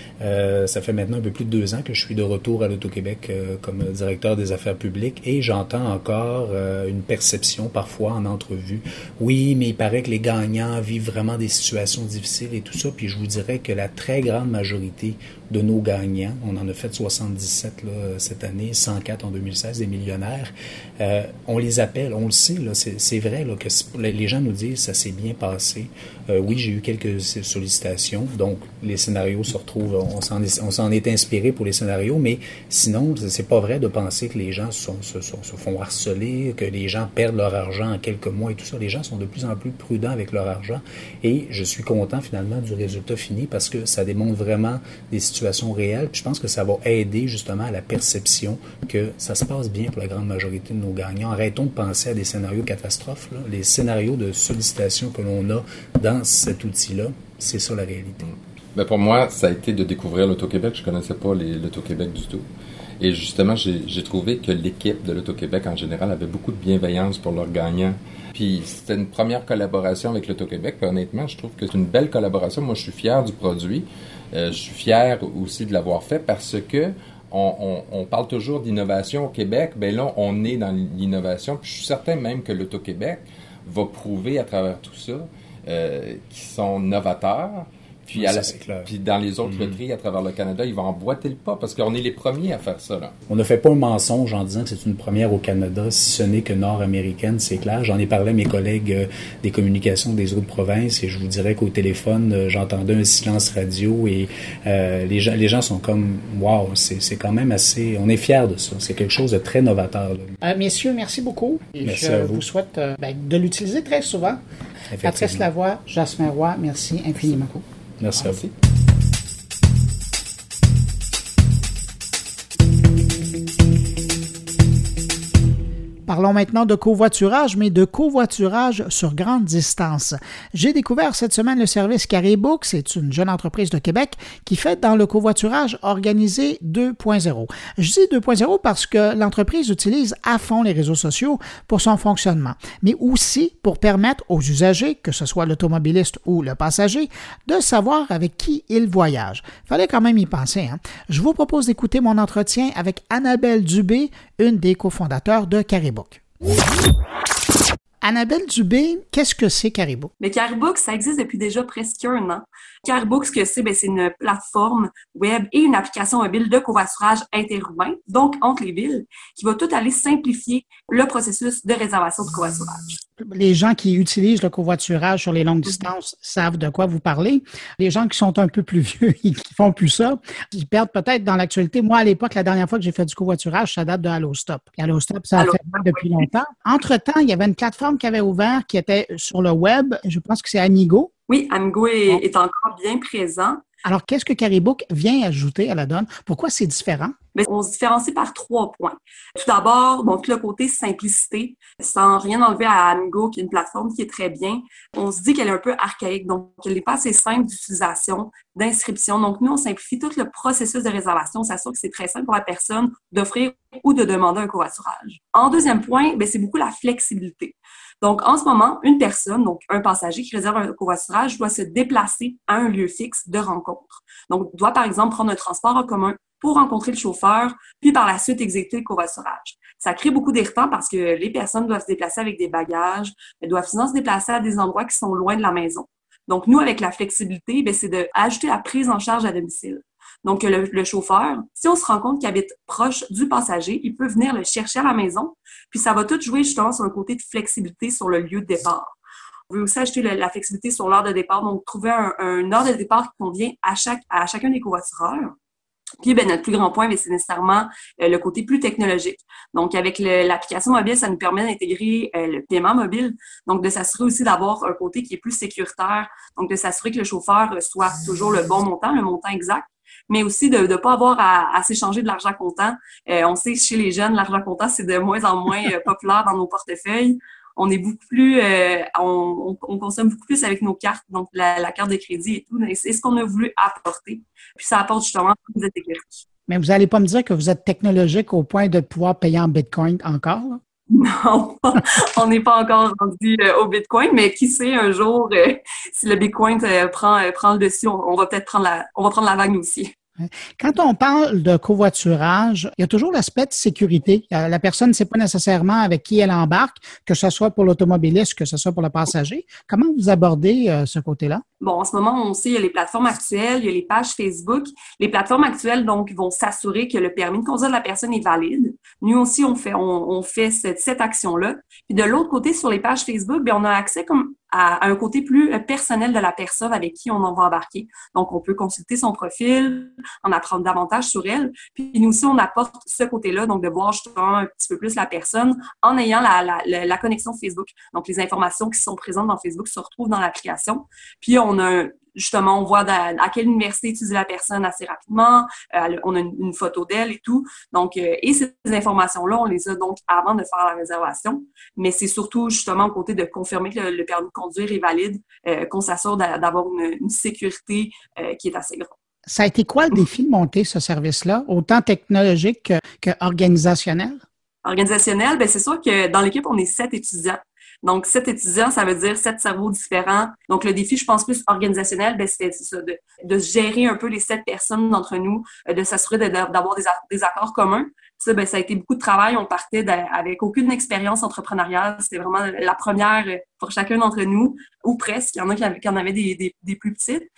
Ça fait maintenant un peu plus de 2 ans que je suis de retour à l'Auto-Québec comme directeur des affaires publiques et j'entends encore une perception parfois en entrevue. Oui, mais il paraît que les gagnants vivent vraiment des situations difficiles et tout ça. Puis je vous dirais que la très grande majorité de nos gagnants, on en a fait 77 là, cette année, 104 en 2016, des millionnaires, on les appelle, on le sait, là, c'est vrai là, que les gens nous disent ça s'est bien passé. Oui, j'ai eu quelques sollicitations, donc les scénarios se retrouvent, on s'en est inspiré pour les scénarios, mais sinon, c'est pas vrai de penser que les gens se font harceler, que les gens perdent leur argent en quelques mois et tout ça. Les gens sont de plus en plus prudents avec leur argent et je suis content finalement du résultat fini parce que ça démontre vraiment des situations réelles. Puis je pense que ça va aider justement à la perception que ça se passe bien pour la grande majorité de nos gagnants. Arrêtons de penser à des scénarios catastrophes, là. Les scénarios de sollicitation que l'on a dans cet outil-là, c'est ça la réalité. Ben pour moi, ça a été de découvrir l'Auto-Québec. Je connaissais pas l'Auto-Québec du tout. Et justement, j'ai trouvé que l'équipe de l'Auto-Québec en général avait beaucoup de bienveillance pour leurs gagnants. Puis c'était une première collaboration avec l'Auto-Québec. Puis honnêtement, je trouve que c'est une belle collaboration. Moi, je suis fier du produit. Je suis fier aussi de l'avoir fait parce que on parle toujours d'innovation au Québec. Ben là, on est dans l'innovation. Puis je suis certain même que l'Auto-Québec va prouver à travers tout ça qu'ils sont novateurs. Puis, c'est clair. Puis dans les autres loteries à travers le Canada, ils vont emboîter le pas parce qu'on est les premiers à faire ça. Là. On ne fait pas un mensonge en disant que c'est une première au Canada, si ce n'est que nord-américaine, c'est clair. J'en ai parlé à mes collègues des communications des autres provinces et je vous dirais qu'au téléphone, j'entendais un silence radio et les gens sont comme « wow, c'est quand même assez... » On est fiers de ça. C'est quelque chose de très novateur. Messieurs, merci beaucoup. Et merci à vous. Je vous souhaite de l'utiliser très souvent. Patrice Lavoie, Jasmin Roy, merci infiniment. Merci à vous. Parlons maintenant de covoiturage, mais de covoiturage sur grande distance. J'ai découvert cette semaine le service Carrebook. C'est une jeune entreprise de Québec qui fait dans le covoiturage organisé 2.0. Je dis 2.0 parce que l'entreprise utilise à fond les réseaux sociaux pour son fonctionnement, mais aussi pour permettre aux usagers, que ce soit l'automobiliste ou le passager, de savoir avec qui ils voyagent. Fallait quand même y penser, hein? Je vous propose d'écouter mon entretien avec Annabelle Dubé, une des cofondateurs de Carrebook. Annabelle Dubé, qu'est-ce que c'est Carrebook? Mais Carrebook, ça existe depuis déjà presque 1 an. Carrebook, ce que c'est une plateforme web et une application mobile de covoiturage interurbain, donc entre les villes, qui va tout aller simplifier le processus de réservation de covoiturage. Les gens qui utilisent le covoiturage sur les longues distances savent de quoi vous parlez. Les gens qui sont un peu plus vieux et qui font plus ça, ils perdent peut-être dans l'actualité. Moi, à l'époque, la dernière fois que j'ai fait du covoiturage, ça date de Allostop. Et Allostop, ça a fait depuis longtemps. Entre-temps, il y avait une plateforme qui avait ouvert qui était sur le web. Je pense que c'est Amigo. Oui, Amigo est encore bien présent. Alors, qu'est-ce que Carrebook vient ajouter à la donne? Pourquoi c'est différent? Bien, on se différencie par 3 points. Tout d'abord, tout le côté simplicité, sans rien enlever à Amigo, qui est une plateforme qui est très bien. On se dit qu'elle est un peu archaïque, donc elle n'est pas assez simple d'utilisation, d'inscription. Donc, nous, on simplifie tout le processus de réservation. On s'assure que c'est très simple pour la personne d'offrir ou de demander un covoiturage. En deuxième point, c'est beaucoup la flexibilité. Donc, en ce moment, une personne, donc un passager qui réserve un covoiturage, doit se déplacer à un lieu fixe de rencontre. Donc, doit, par exemple, prendre un transport en commun pour rencontrer le chauffeur, puis par la suite exécuter le covoiturage. Ça crée beaucoup d'irritants parce que les personnes doivent se déplacer avec des bagages, elles doivent souvent se déplacer à des endroits qui sont loin de la maison. Donc, nous, avec la flexibilité, c'est d'ajouter la prise en charge à domicile. Donc, le chauffeur, si on se rend compte qu'il habite proche du passager, il peut venir le chercher à la maison, puis ça va tout jouer justement sur le côté de flexibilité sur le lieu de départ. On veut aussi ajouter la flexibilité sur l'heure de départ, donc trouver un heure de départ qui convient à chacun des covoitureurs. Puis, notre plus grand point, c'est nécessairement le côté plus technologique. Donc, avec l'application mobile, ça nous permet d'intégrer le paiement mobile, donc de s'assurer aussi d'avoir un côté qui est plus sécuritaire, donc de s'assurer que le chauffeur reçoit toujours le bon montant, le montant exact, mais aussi de ne pas avoir à s'échanger de l'argent comptant. On sait que chez les jeunes, l'argent comptant, c'est de moins en moins populaire dans nos portefeuilles. On est beaucoup plus, on consomme beaucoup plus avec nos cartes, donc la carte de crédit et tout. C'est ce qu'on a voulu apporter. Puis ça apporte justement plus de sécurité. Mais vous n'allez pas me dire que vous êtes technologique au point de pouvoir payer en Bitcoin encore, là? Non, on n'est pas encore rendu au Bitcoin, mais qui sait, un jour, si le Bitcoin prend le dessus, on va peut-être prendre la vague nous aussi. Quand on parle de covoiturage, il y a toujours l'aspect de sécurité. La personne ne sait pas nécessairement avec qui elle embarque, que ce soit pour l'automobiliste, que ce soit pour le passager. Comment vous abordez ce côté-là? Bon, en ce moment, on sait, il y a les plateformes actuelles, il y a les pages Facebook. Les plateformes actuelles, donc, vont s'assurer que le permis de conduire de la personne est valide. Nous aussi, on fait cette action-là. Puis de l'autre côté, sur les pages Facebook, on a accès à un côté plus personnel de la personne avec qui on en va embarquer. Donc, on peut consulter son profil, en apprendre davantage sur elle. Puis nous aussi, on apporte ce côté-là, donc de voir justement un petit peu plus la personne en ayant la connexion Facebook. Donc, les informations qui sont présentes dans Facebook se retrouvent dans l'application. Puis, on voit à quelle université étudie la personne assez rapidement. On a une photo d'elle et tout. Donc, et ces informations-là, on les a donc avant de faire la réservation. Mais c'est surtout justement au côté de confirmer que le permis de conduire est valide, qu'on s'assure d'avoir une sécurité qui est assez grande. Ça a été quoi le défi de monter ce service-là, autant technologique que organisationnel? Organisationnel, c'est sûr que dans l'équipe, on est 7 étudiants. Donc, 7 étudiants, ça veut dire 7 cerveaux différents. Donc, le défi, je pense, plus organisationnel, c'est ça, de gérer un peu les 7 personnes d'entre nous, de s'assurer d'avoir des accords communs. Ça, ça a été beaucoup de travail. On partait avec aucune expérience entrepreneuriale. C'était vraiment la première pour chacun d'entre nous, ou presque. Il y en a qui en avaient des plus petites.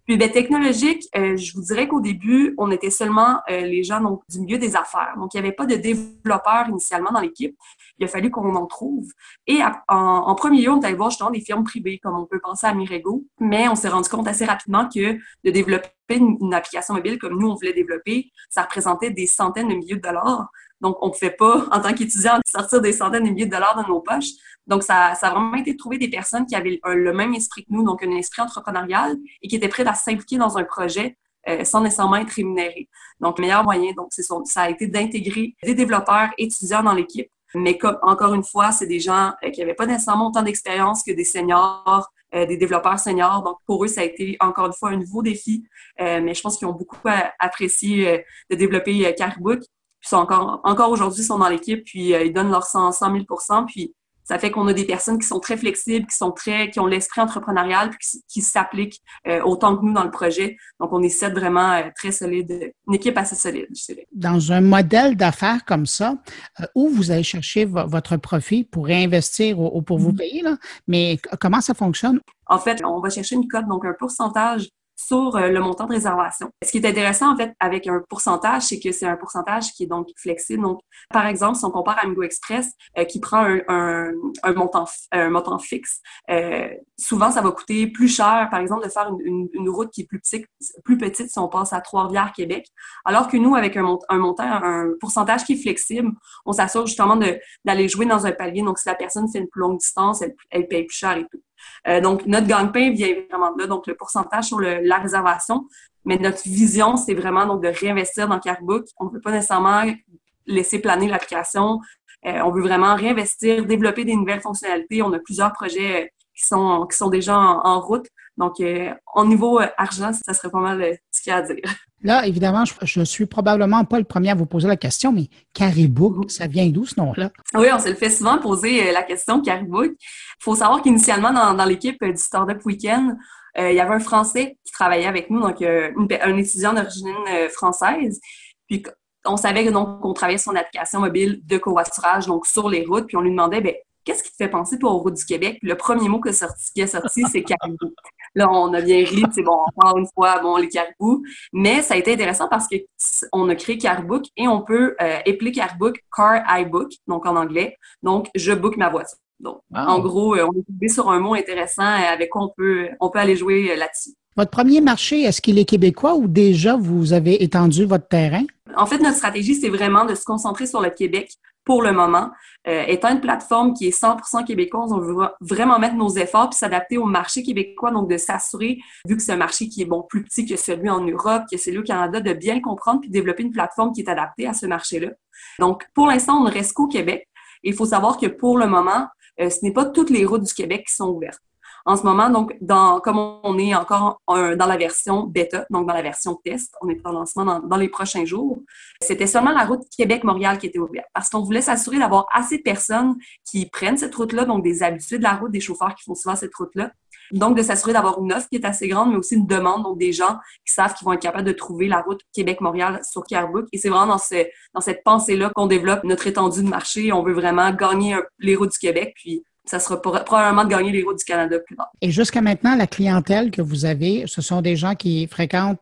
Puis technologique, je vous dirais qu'au début, on était seulement les gens donc, du milieu des affaires. Donc, il n'y avait pas de développeurs initialement dans l'équipe. Il a fallu qu'on en trouve. Et en premier lieu, on est allé voir justement des firmes privées, comme on peut penser à Mirego. Mais on s'est rendu compte assez rapidement que de développer une application mobile comme nous, on voulait développer, ça représentait des centaines de milliers de dollars. Donc, on ne pouvait pas, en tant qu'étudiant, sortir des centaines de milliers de dollars de nos poches. Donc, ça a vraiment été de trouver des personnes qui avaient le même esprit que nous, donc un esprit entrepreneurial et qui étaient prêtes à s'impliquer dans un projet sans nécessairement être rémunérés. Donc, le meilleur moyen, donc, ça a été d'intégrer des développeurs étudiants dans l'équipe. Mais comme, encore une fois, c'est des gens qui n'avaient pas nécessairement autant d'expérience que des seniors, des développeurs seniors. Donc, pour eux, ça a été, encore une fois, un nouveau défi. Mais je pense qu'ils ont beaucoup apprécié de développer Carbook. Puis encore aujourd'hui, ils sont dans l'équipe, puis ils donnent leur 100 000 %. Puis ça fait qu'on a des personnes qui sont très flexibles, qui ont l'esprit entrepreneurial, puis qui s'appliquent autant que nous dans le projet. Donc, on est 7 vraiment très solides, une équipe assez solide, je dirais. Dans un modèle d'affaires comme ça, où vous allez chercher votre profit pour réinvestir ou pour vous payer, là, mais comment ça fonctionne? En fait, on va chercher une cote, donc un pourcentage sur le montant de réservation. Ce qui est intéressant, en fait, avec un pourcentage, c'est que c'est un pourcentage qui est donc flexible. Donc, par exemple, si on compare à Amigo Express, qui prend un montant fixe, souvent, ça va coûter plus cher, par exemple, de faire une route qui est plus petite si on passe à Trois-Rivières, Québec. Alors que nous, avec un pourcentage qui est flexible, on s'assure justement d'aller jouer dans un palier. Donc, si la personne fait une plus longue distance, elle paye plus cher et tout. Donc, notre gagne-pain vient vraiment de là, donc le pourcentage sur la réservation. Mais notre vision, c'est vraiment donc de réinvestir dans Carbook. On ne veut pas nécessairement laisser planer l'application. On veut vraiment réinvestir, développer des nouvelles fonctionnalités. On a plusieurs projets qui sont déjà en route. Donc, au niveau argent, ça serait pas mal ce qu'il y a à dire. Là, évidemment, je suis probablement pas le premier à vous poser la question, mais Carbook, ça vient d'où ce nom-là? Oui, on se le fait souvent poser la question Carbook. Il faut savoir qu'initialement, dans l'équipe du Startup Weekend, il y avait un Français qui travaillait avec nous, donc un étudiant d'origine française. Puis, on savait que, donc, qu'on travaillait sur une application mobile de covoiturage, donc sur les routes. Puis, on lui demandait, qu'est-ce qui te fait penser, toi, aux routes du Québec? Puis, le premier mot qui est sorti, c'est Carbook. Là, on a bien ri, c'est bon, encore une fois, les caribous. Mais ça a été intéressant parce qu'on a créé Carbook et on peut épeler Carbook Car I Book, donc en anglais. Donc, je book ma voiture. Donc, En gros, on est tombé sur un mot intéressant avec quoi on peut aller jouer là-dessus. Votre premier marché, est-ce qu'il est québécois ou déjà vous avez étendu votre terrain? En fait, notre stratégie, c'est vraiment de se concentrer sur le Québec pour le moment. Étant une plateforme qui est 100% québécoise, on veut vraiment mettre nos efforts puis s'adapter au marché québécois, donc de s'assurer, vu que c'est un marché qui est plus petit que celui en Europe, que celui au Canada, de bien le comprendre puis développer une plateforme qui est adaptée à ce marché-là. Donc, pour l'instant, on ne reste qu'au Québec. Et il faut savoir que pour le moment, ce n'est pas toutes les routes du Québec qui sont ouvertes. En ce moment, donc, comme on est encore dans la version bêta, donc dans la version test, on est en lancement dans les prochains jours, c'était seulement la route Québec-Montréal qui était ouverte parce qu'on voulait s'assurer d'avoir assez de personnes qui prennent cette route-là, donc des habitués de la route, des chauffeurs qui font souvent cette route-là. Donc, de s'assurer d'avoir une offre qui est assez grande, mais aussi une demande, donc des gens qui savent qu'ils vont être capables de trouver la route Québec-Montréal sur Carbook. Et c'est vraiment dans cette pensée-là qu'on développe notre étendue de marché. On veut vraiment gagner les routes du Québec, puis ça sera probablement de gagner les routes du Canada plus tard. Et jusqu'à maintenant, la clientèle que vous avez, ce sont des gens qui fréquentent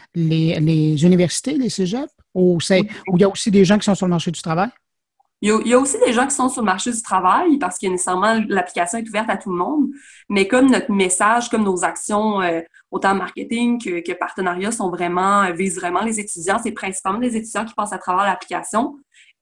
les universités, les cégeps, ou il y a aussi des gens qui sont sur le marché du travail? Il y a aussi des gens qui sont sur le marché du travail parce que nécessairement l'application est ouverte à tout le monde. Mais comme notre message, comme nos actions, autant marketing que partenariat, visent vraiment les étudiants, c'est principalement les étudiants qui passent à travers l'application.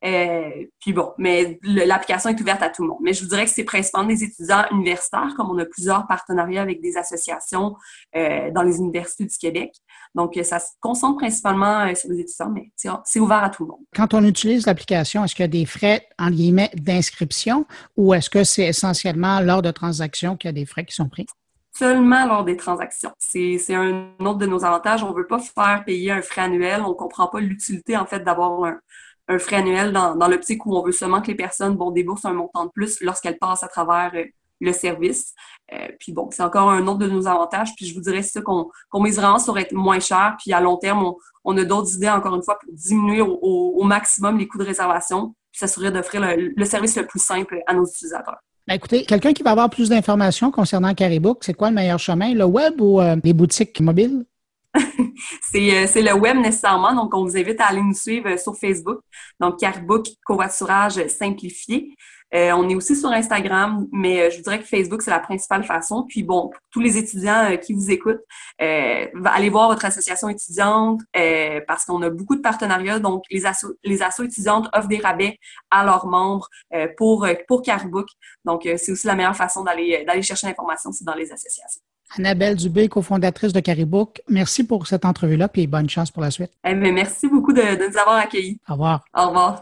Puis bon, mais l'application est ouverte à tout le monde. Mais je vous dirais que c'est principalement des étudiants universitaires, comme on a plusieurs partenariats avec des associations dans les universités du Québec. Donc, ça se concentre principalement sur les étudiants, mais c'est ouvert à tout le monde. Quand on utilise l'application, est-ce qu'il y a des frais, en guillemets, d'inscription ou est-ce que c'est essentiellement lors de transactions qu'il y a des frais qui sont pris? Seulement lors des transactions. C'est un autre de nos avantages. On ne veut pas faire payer un frais annuel. On ne comprend pas l'utilité, en fait, d'avoir un frais annuel dans l'optique où on veut seulement que les personnes déboursent un montant de plus lorsqu'elles passent à travers le service. Puis bon, c'est encore un autre de nos avantages. Puis je vous dirais c'est ça qu'on mise vraiment sur être moins cher. Puis à long terme, on a d'autres idées, encore une fois, pour diminuer au maximum les coûts de réservation puis s'assurer d'offrir le service le plus simple à nos utilisateurs. Ben, écoutez, quelqu'un qui va avoir plus d'informations concernant Caribook, c'est quoi le meilleur chemin, le web ou les boutiques mobiles? C'est le web nécessairement, donc on vous invite à aller nous suivre sur Facebook, donc Caribook Covoiturage simplifié. On est aussi sur Instagram, mais je vous dirais que Facebook, c'est la principale façon. Puis bon, pour tous les étudiants qui vous écoutent, allez voir votre association étudiante parce qu'on a beaucoup de partenariats. Donc, les assos étudiantes offrent des rabais à leurs membres pour Caribook. Donc, c'est aussi la meilleure façon d'aller chercher l'information, c'est dans les associations. Annabelle Dubé, cofondatrice de Caribook, merci pour cette entrevue-là et bonne chance pour la suite. Merci beaucoup de nous avoir accueillis. Au revoir. Au revoir.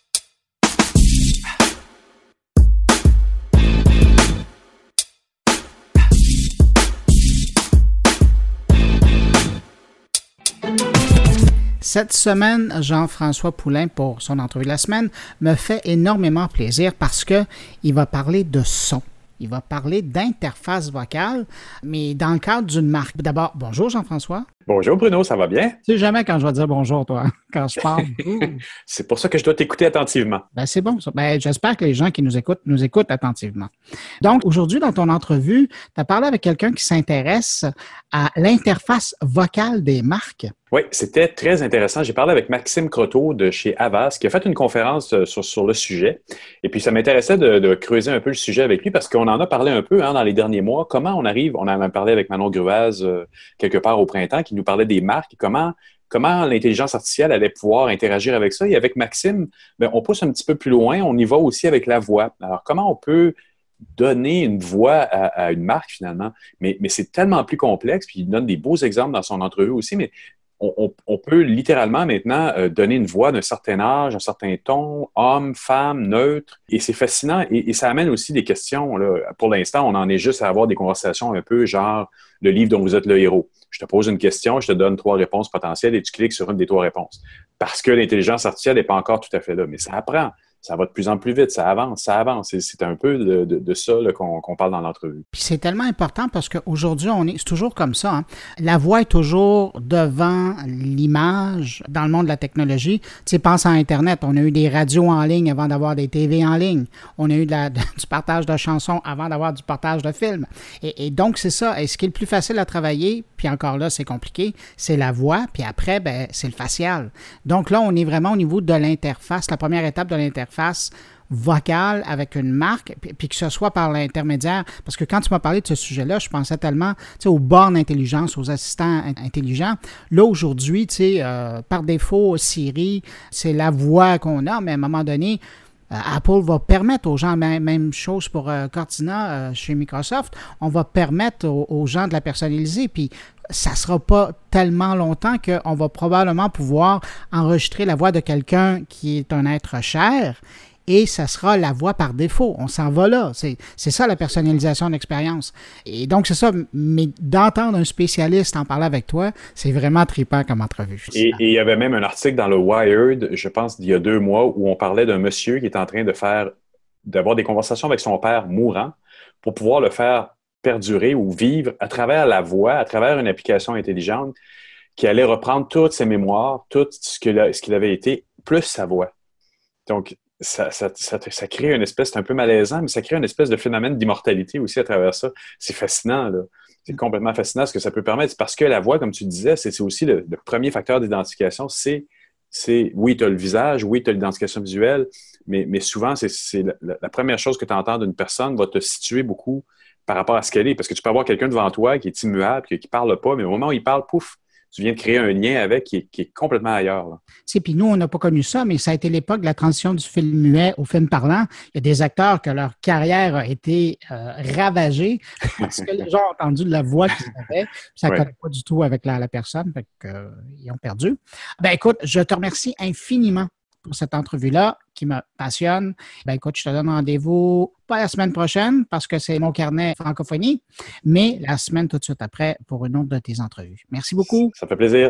Cette semaine, Jean-François Poulain, pour son entrevue de la semaine, me fait énormément plaisir parce qu'il va parler de son. Il va parler d'interface vocale, mais dans le cadre d'une marque. D'abord, bonjour Jean-François. Bonjour Bruno, ça va bien? Tu sais jamais quand je vais dire bonjour, toi, quand je parle. C'est pour ça que je dois t'écouter attentivement. Ben, c'est bon, ça. Ben, j'espère que les gens qui nous écoutent attentivement. Donc, aujourd'hui, dans ton entrevue, tu as parlé avec quelqu'un qui s'intéresse à l'interface vocale des marques. Oui, c'était très intéressant. J'ai parlé avec Maxime Croteau de chez Havas, qui a fait une conférence sur le sujet. Et puis, ça m'intéressait de creuser un peu le sujet avec lui parce qu'on en a parlé un peu dans les derniers mois. Comment on arrive, on en a parlé avec Manon Gruaz quelque part au printemps, qui nous parlait des marques et comment l'intelligence artificielle allait pouvoir interagir avec ça. Et avec Maxime, bien, on pousse un petit peu plus loin. On y va aussi avec la voix. Alors, comment on peut donner une voix à une marque, finalement? Mais c'est tellement plus complexe. Puis, il donne des beaux exemples dans son entrevue aussi. Mais on peut littéralement maintenant donner une voix d'un certain âge, un certain ton, homme, femme, neutre. Et c'est fascinant. Et ça amène aussi des questions. Là. Pour l'instant, on en est juste à avoir des conversations un peu genre le livre dont vous êtes le héros. Je te pose une question, je te donne 3 réponses potentielles et tu cliques sur une des 3 réponses. Parce que l'intelligence artificielle n'est pas encore tout à fait là. Mais ça apprend. Ça va de plus en plus vite, ça avance. C'est un peu de ça là, qu'on parle dans l'entrevue. Puis c'est tellement important parce qu'aujourd'hui, c'est toujours comme ça. Hein? La voix est toujours devant l'image dans le monde de la technologie. Tu sais, pense à Internet. On a eu des radios en ligne avant d'avoir des TV en ligne. On a eu du partage de chansons avant d'avoir du partage de films. Et donc, c'est ça. Et ce qui est le plus facile à travailler, puis encore là, c'est compliqué, c'est la voix. Puis après, ben, c'est le facial. Donc là, on est vraiment au niveau de l'interface, la première étape de l'interface vocale avec une marque, puis que ce soit par l'intermédiaire, parce que quand tu m'as parlé de ce sujet-là, je pensais tellement aux bornes d'intelligence, aux assistants intelligents. Là, aujourd'hui, par défaut, Siri, c'est la voix qu'on a, mais à un moment donné, Apple va permettre aux gens, même chose pour Cortina chez Microsoft, on va permettre aux gens de la personnaliser, puis ça ne sera pas tellement longtemps qu'on va probablement pouvoir enregistrer la voix de quelqu'un qui est un être cher et ça sera la voix par défaut. On s'en va là. C'est ça la personnalisation d'expérience. Et donc, c'est ça. Mais d'entendre un spécialiste en parler avec toi, c'est vraiment trippant comme entrevue. Et il y avait même un article dans le Wired, je pense, d'il y a 2 mois, où on parlait d'un monsieur qui est en train d'avoir des conversations avec son père mourant pour pouvoir le faire perdurer ou vivre à travers la voix, à travers une application intelligente qui allait reprendre toutes ses mémoires, tout ce qu'il avait été, plus sa voix. Donc, ça crée une espèce, c'est un peu malaisant, mais ça crée une espèce de phénomène d'immortalité aussi à travers ça. C'est fascinant, là. C'est complètement fascinant ce que ça peut permettre. Parce que la voix, comme tu disais, c'est aussi le premier facteur d'identification. Oui, tu as le visage, oui, tu as l'identification visuelle, mais souvent, c'est la première chose que tu entends d'une personne va te situer beaucoup par rapport à ce qu'elle est. Parce que tu peux avoir quelqu'un devant toi qui est immuable, qui ne parle pas, mais au moment où il parle, pouf, tu viens de créer un lien avec qui est complètement ailleurs. Puis nous, on n'a pas connu ça, mais ça a été l'époque de la transition du film muet au film parlant. Il y a des acteurs que leur carrière a été ravagée parce que les gens ont entendu de la voix qu'ils avaient, puis ça ne collait pas du tout avec la personne, fait qu'ils ont perdu. Ben écoute, je te remercie infiniment pour cette entrevue-là qui me passionne. Ben écoute, je te donne rendez-vous pas la semaine prochaine parce que c'est mon carnet francophonie, mais la semaine tout de suite après pour une autre de tes entrevues. Merci beaucoup. Ça fait plaisir.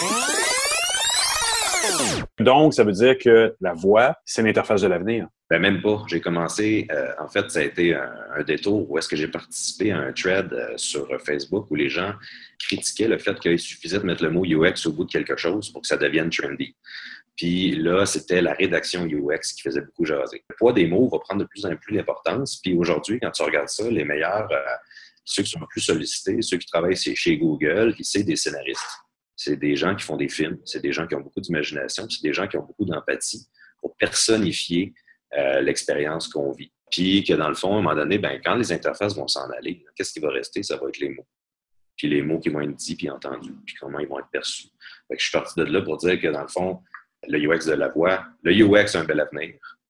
Donc, ça veut dire que la voix, c'est l'interface de l'avenir. Ben même pas. J'ai commencé, en fait, ça a été un détour où est-ce que j'ai participé à un thread sur Facebook où les gens critiquaient le fait qu'il suffisait de mettre le mot UX au bout de quelque chose pour que ça devienne trendy. Puis là, c'était la rédaction UX qui faisait beaucoup jaser. Le poids des mots va prendre de plus en plus d'importance. Puis aujourd'hui, quand tu regardes ça, les meilleurs, ceux qui sont le plus sollicités, ceux qui travaillent chez Google, c'est des scénaristes. C'est des gens qui font des films, c'est des gens qui ont beaucoup d'imagination, c'est des gens qui ont beaucoup d'empathie pour personnifier l'expérience qu'on vit. Puis que dans le fond, à un moment donné, quand les interfaces vont s'en aller, qu'est-ce qui va rester? Ça va être les mots. Puis les mots qui vont être dits puis entendus, puis comment ils vont être perçus. Fait que je suis parti de là pour dire que dans le fond, le UX de la voix, le UX a un bel avenir.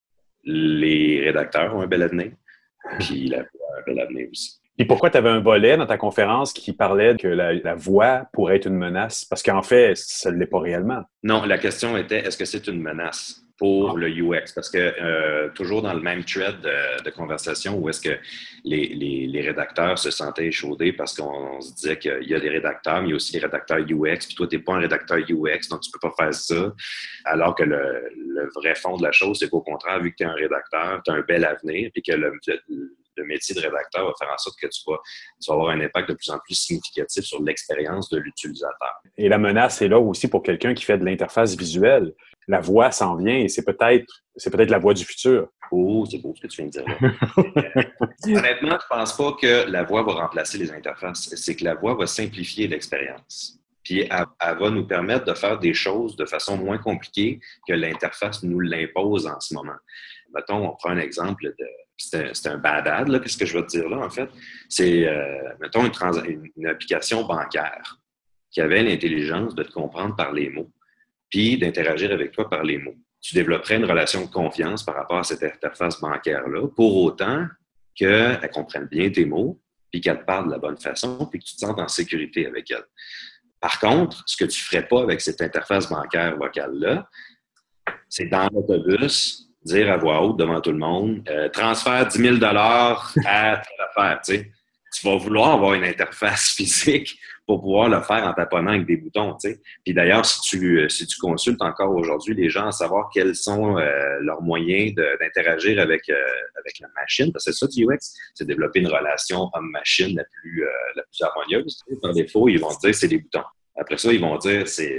Les rédacteurs ont un bel avenir. Puis la voix a un bel avenir aussi. Et pourquoi tu avais un volet dans ta conférence qui parlait que la voix pourrait être une menace? Parce qu'en fait, ça ne l'est pas réellement. Non, la question était, est-ce que c'est une menace pour le UX? Parce que toujours dans le même thread de conversation où est-ce que les rédacteurs se sentaient échaudés parce qu'on se disait qu'il y a des rédacteurs, mais il y a aussi les rédacteurs UX, puis toi, tu n'es pas un rédacteur UX, donc tu ne peux pas faire ça. Alors que le vrai fond de la chose, c'est qu'au contraire, vu que tu es un rédacteur, tu as un bel avenir, puis que le métier de rédacteur va faire en sorte que tu vas avoir un impact de plus en plus significatif sur l'expérience de l'utilisateur. Et la menace est là aussi pour quelqu'un qui fait de l'interface visuelle. La voix s'en vient et c'est peut-être la voix du futur. Oh, c'est beau ce que tu viens de dire là. Honnêtement, je ne pense pas que la voix va remplacer les interfaces. C'est que la voix va simplifier l'expérience. Puis elle va nous permettre de faire des choses de façon moins compliquée que l'interface nous l'impose en ce moment. Mettons, on prend un exemple de... C'est un bad ad, là, qu'est-ce que je vais te dire là, en fait? C'est, mettons, une application bancaire qui avait l'intelligence de te comprendre par les mots, puis d'interagir avec toi par les mots. Tu développerais une relation de confiance par rapport à cette interface bancaire-là, pour autant qu'elle comprenne bien tes mots, puis qu'elle te parle de la bonne façon, puis que tu te sentes en sécurité avec elle. Par contre, ce que tu ne ferais pas avec cette interface bancaire vocale-là, c'est dans l'autobus, dire à voix haute devant tout le monde, transfère 10 000 à telle affaire, tu sais. Tu vas vouloir avoir une interface physique pour pouvoir le faire en taponnant avec des boutons, tu sais. Puis d'ailleurs, si tu consultes encore aujourd'hui les gens à savoir quels sont leurs moyens d'interagir avec la machine, parce que c'est ça du UX, c'est développer une relation homme-machine la plus harmonieuse. Par défaut, ils vont dire c'est les boutons. Après ça, ils vont dire c'est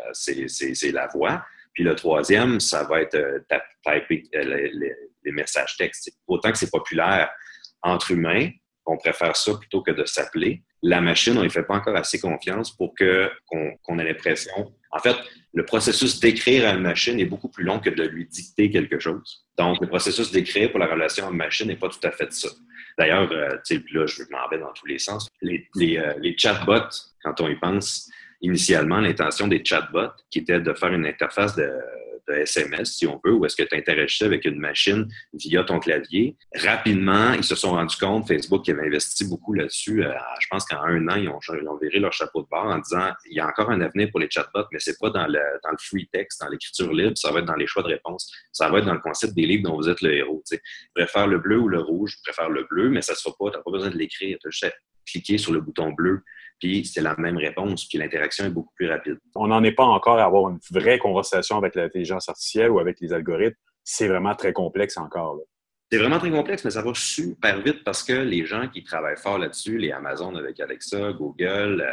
la voix. Puis le troisième, ça va être typer les messages textes. Autant que c'est populaire entre humains, on préfère ça plutôt que de s'appeler. La machine, on ne lui fait pas encore assez confiance pour qu'on ait l'impression... En fait, le processus d'écrire à une machine est beaucoup plus long que de lui dicter quelque chose. Donc, le processus d'écrire pour la relation homme-machine n'est pas tout à fait ça. D'ailleurs, tu sais, là, je m'en vais dans tous les sens. Les chatbots, quand on y pense... Initialement, l'intention des chatbots, qui était de faire une interface de SMS, si on veut, où est-ce que tu interagissais avec une machine via ton clavier. Rapidement, ils se sont rendus compte, Facebook qui avait investi beaucoup là-dessus, je pense qu'en 1 an, ils ont viré leur chapeau de bord en disant il y a encore un avenir pour les chatbots, mais c'est pas dans le free text, dans l'écriture libre, ça va être dans les choix de réponse, ça va être dans le concept des livres dont vous êtes le héros. Tu sais. Je préfère le bleu ou le rouge, je préfère le bleu, mais ça se fait pas, tu n'as pas besoin de l'écrire, tu as juste à cliquer sur le bouton bleu. Puis c'est la même réponse, puis l'interaction est beaucoup plus rapide. On n'en est pas encore à avoir une vraie conversation avec l'intelligence artificielle ou avec les algorithmes. C'est vraiment très complexe encore. Là. C'est vraiment très complexe, mais ça va super vite parce que les gens qui travaillent fort là-dessus, les Amazon avec Alexa, Google,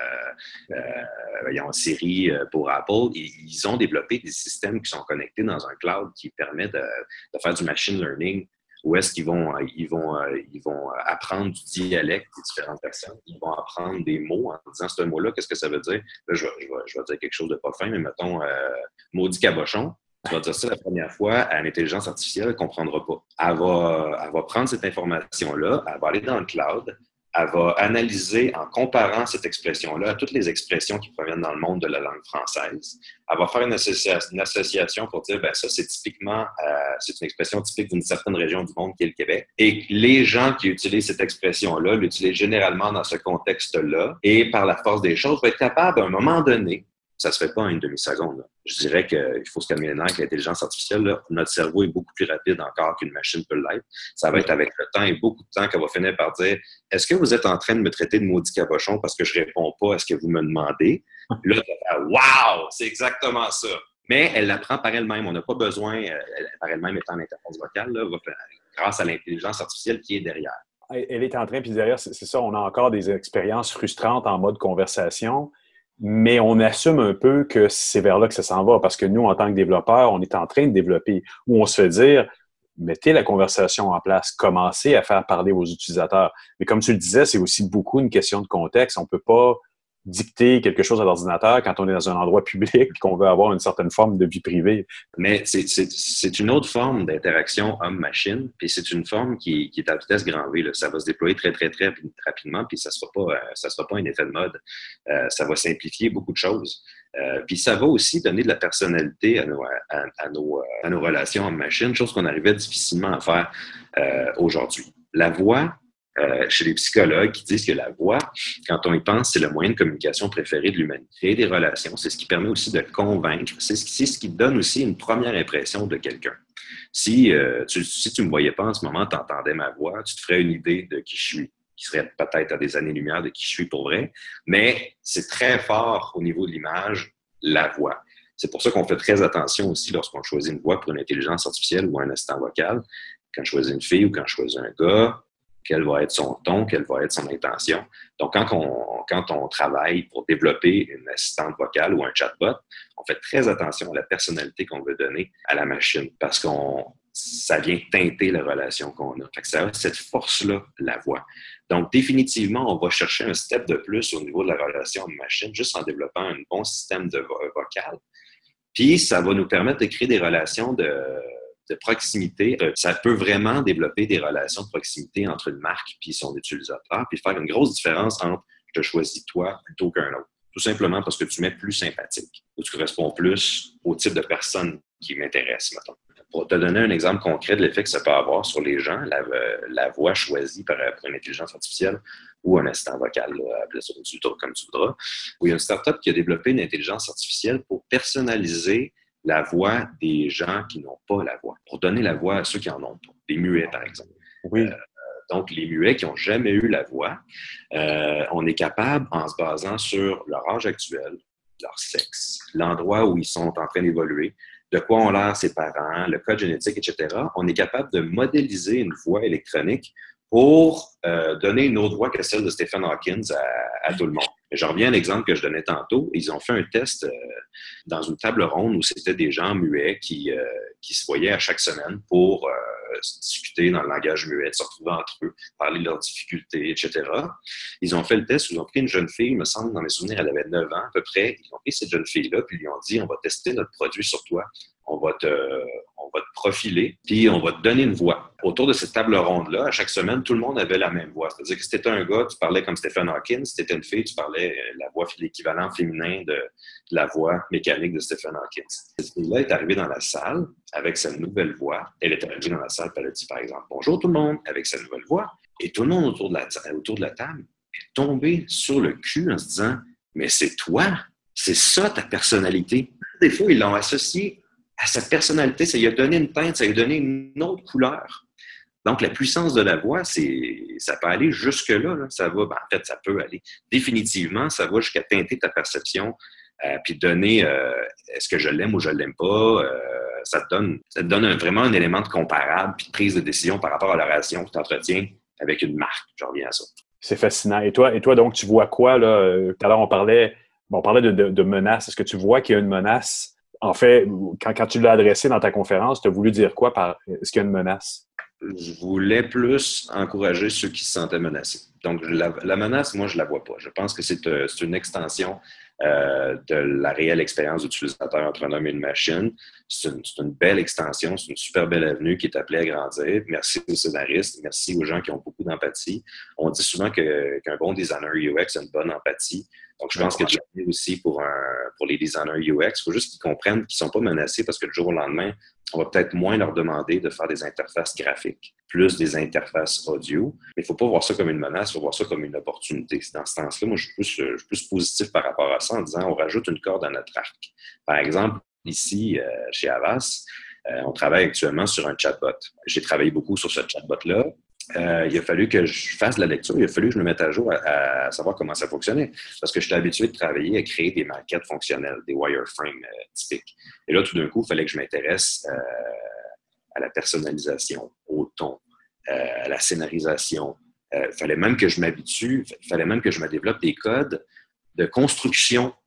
ils ont Siri pour Apple, ils ont développé des systèmes qui sont connectés dans un cloud qui permet de faire du machine learning. Où est-ce qu'ils vont apprendre du dialecte des différentes personnes. Ils vont apprendre des mots en disant ce mot-là, qu'est-ce que ça veut dire? Là, je vais dire quelque chose de pas fin, mais mettons maudit cabochon. Tu vas dire ça la première fois à l'intelligence artificielle, elle ne comprendra pas. Elle va prendre cette information-là, elle va aller dans le cloud, elle va analyser en comparant cette expression-là à toutes les expressions qui proviennent dans le monde de la langue française. Elle va faire une association pour dire, ben ça, c'est typiquement, c'est une expression typique d'une certaine région du monde qui est le Québec. Et les gens qui utilisent cette expression-là l'utilisent généralement dans ce contexte-là et par la force des choses, vont être capables, à un moment donné, ça se fait pas en une demi-seconde. Là. Je dirais qu'il faut se calmer les nerfs avec l'intelligence artificielle. Là. Notre cerveau est beaucoup plus rapide encore qu'une machine peut l'être. Ça va être avec le temps et beaucoup de temps qu'elle va finir par dire « Est-ce que vous êtes en train de me traiter de maudit cabochon parce que je réponds pas à ce que vous me demandez? » Là, tu vas faire « Wow! C'est exactement ça! » Mais elle l'apprend par elle-même. On n'a pas besoin, par elle-même étant l'interface vocale, là, grâce à l'intelligence artificielle qui est derrière. Elle est en train, puis derrière, c'est ça, on a encore des expériences frustrantes en mode conversation. mais on assume un peu que c'est vers là que ça s'en va, parce que nous, en tant que développeurs, on est en train de développer, où on se fait dire, mettez la conversation en place, commencez à faire parler aux utilisateurs. Mais comme tu le disais, c'est aussi beaucoup une question de contexte. On ne peut pas dicter quelque chose à l'ordinateur quand on est dans un endroit public et qu'on veut avoir une certaine forme de vie privée. Mais c'est une autre forme d'interaction homme-machine, puis c'est une forme qui est à vitesse grand V. Là. Ça va se déployer très, très, très rapidement, puis ça sera pas un effet de mode. Ça va simplifier beaucoup de choses. Puis ça va aussi donner de la personnalité à nos relations homme-machine, chose qu'on arrivait difficilement à faire aujourd'hui. La voix, chez les psychologues qui disent que la voix, quand on y pense, c'est le moyen de communication préféré de l'humanité. Créer des relations, c'est ce qui permet aussi de convaincre, c'est ce qui donne aussi une première impression de quelqu'un. Si tu me voyais pas en ce moment, tu entendais ma voix, tu te ferais une idée de qui je suis, qui serait peut-être à des années-lumière de qui je suis pour vrai, mais c'est très fort au niveau de l'image, la voix. C'est pour ça qu'on fait très attention aussi lorsqu'on choisit une voix pour une intelligence artificielle ou un assistant vocal. Quand je choisis une fille ou quand je choisis un gars, quel va être son ton, quelle va être son intention. Donc, quand on travaille pour développer une assistante vocale ou un chatbot, on fait très attention à la personnalité qu'on veut donner à la machine parce que ça vient teinter la relation qu'on a. Fait que ça a cette force-là, la voix. Donc, définitivement, on va chercher un step de plus au niveau de la relation machine juste en développant un bon système de vocal. Puis, ça va nous permettre de créer des relations de proximité. Ça peut vraiment développer des relations de proximité entre une marque et son utilisateur, puis faire une grosse différence entre « je te choisis toi plutôt qu'un autre ». Tout simplement parce que tu m'es plus sympathique ou tu corresponds plus au type de personne qui m'intéresse, mettons. Pour te donner un exemple concret de l'effet que ça peut avoir sur les gens, la voix choisie par une intelligence artificielle ou un assistant vocal, appelez ça comme tu voudras, où il y a une startup qui a développé une intelligence artificielle pour personnaliser la voix des gens qui n'ont pas la voix, pour donner la voix à ceux qui en ont pas, des muets, par exemple. Oui. Donc, les muets qui n'ont jamais eu la voix, on est capable, en se basant sur leur âge actuel, leur sexe, l'endroit où ils sont en train d'évoluer, de quoi ont l'air ses parents, le code génétique, etc., on est capable de modéliser une voix électronique pour donner une autre voix que celle de Stephen Hawking à tout le monde. J'en reviens à l'exemple que je donnais tantôt. Ils ont fait un test dans une table ronde où c'était des gens muets qui se voyaient à chaque semaine pour se discuter dans le langage muet, se retrouver entre eux, parler de leurs difficultés, etc. Ils ont fait le test, ils ont pris une jeune fille, il me semble, dans mes souvenirs, elle avait 9 ans à peu près. Ils ont pris cette jeune fille-là, puis ils lui ont dit, on va tester notre produit sur toi. On va te profiler, puis on va te donner une voix. Autour de cette table ronde-là, à chaque semaine, tout le monde avait la même voix. C'est-à-dire que si tu étais un gars, tu parlais comme Stephen Hawking. Si tu étais une fille, tu parlais l'équivalent féminin de la voix mécanique de Stephen Hawking. Cette fille-là est arrivée dans la salle avec sa nouvelle voix. Elle est arrivée dans la salle, puis elle a dit, par exemple, « Bonjour tout le monde » avec sa nouvelle voix. Et tout le monde autour de la table est tombé sur le cul en se disant, « Mais c'est toi, c'est ça ta personnalité. » Des fois, ils l'ont associé à sa personnalité, ça lui a donné une teinte, ça lui a donné une autre couleur. Donc, la puissance de la voix, ça peut aller jusque-là. Là. Ça va, en fait, ça peut aller définitivement, ça va jusqu'à teinter ta perception, puis donner est-ce que je l'aime ou je ne l'aime pas. Ça te donne vraiment un élément de comparable puis de prise de décision par rapport à la relation que tu entretiens avec une marque. Je reviens à ça. C'est fascinant. Et toi, donc, tu vois quoi? Là? Tout à l'heure, on parlait de menaces. Est-ce que tu vois qu'il y a une menace? En fait, quand tu l'as adressé dans ta conférence, tu as voulu dire quoi par « est-ce qu'il y a une menace » ? Je voulais plus encourager ceux qui se sentaient menacés. Donc, la menace, moi, je ne la vois pas. Je pense que c'est une extension de la réelle expérience d'utilisateur entre un homme et une machine. C'est une belle extension, c'est une super belle avenue qui est appelée à grandir. Merci aux scénaristes, merci aux gens qui ont beaucoup d'empathie. On dit souvent qu'un bon designer UX a une bonne empathie. Donc, je pense que je l'ai aussi pour les designers UX. Il faut juste qu'ils comprennent qu'ils ne sont pas menacés parce que du jour au lendemain, on va peut-être moins leur demander de faire des interfaces graphiques, plus des interfaces audio. Mais il ne faut pas voir ça comme une menace, il faut voir ça comme une opportunité. Dans ce sens-là, moi, je suis plus positif par rapport à ça en disant on rajoute une corde à notre arc. Par exemple, ici, chez Havas, on travaille actuellement sur un chatbot. J'ai travaillé beaucoup sur ce chatbot-là. Il a fallu que je fasse la lecture, il a fallu que je me mette à jour à savoir comment ça fonctionnait. Parce que j'étais habitué de travailler à créer des maquettes fonctionnelles, des wireframes typiques. Et là, tout d'un coup, il fallait que je m'intéresse à la personnalisation, au ton, à la scénarisation. Il fallait même que je m'habitue, il fallait même que je me développe des codes de construction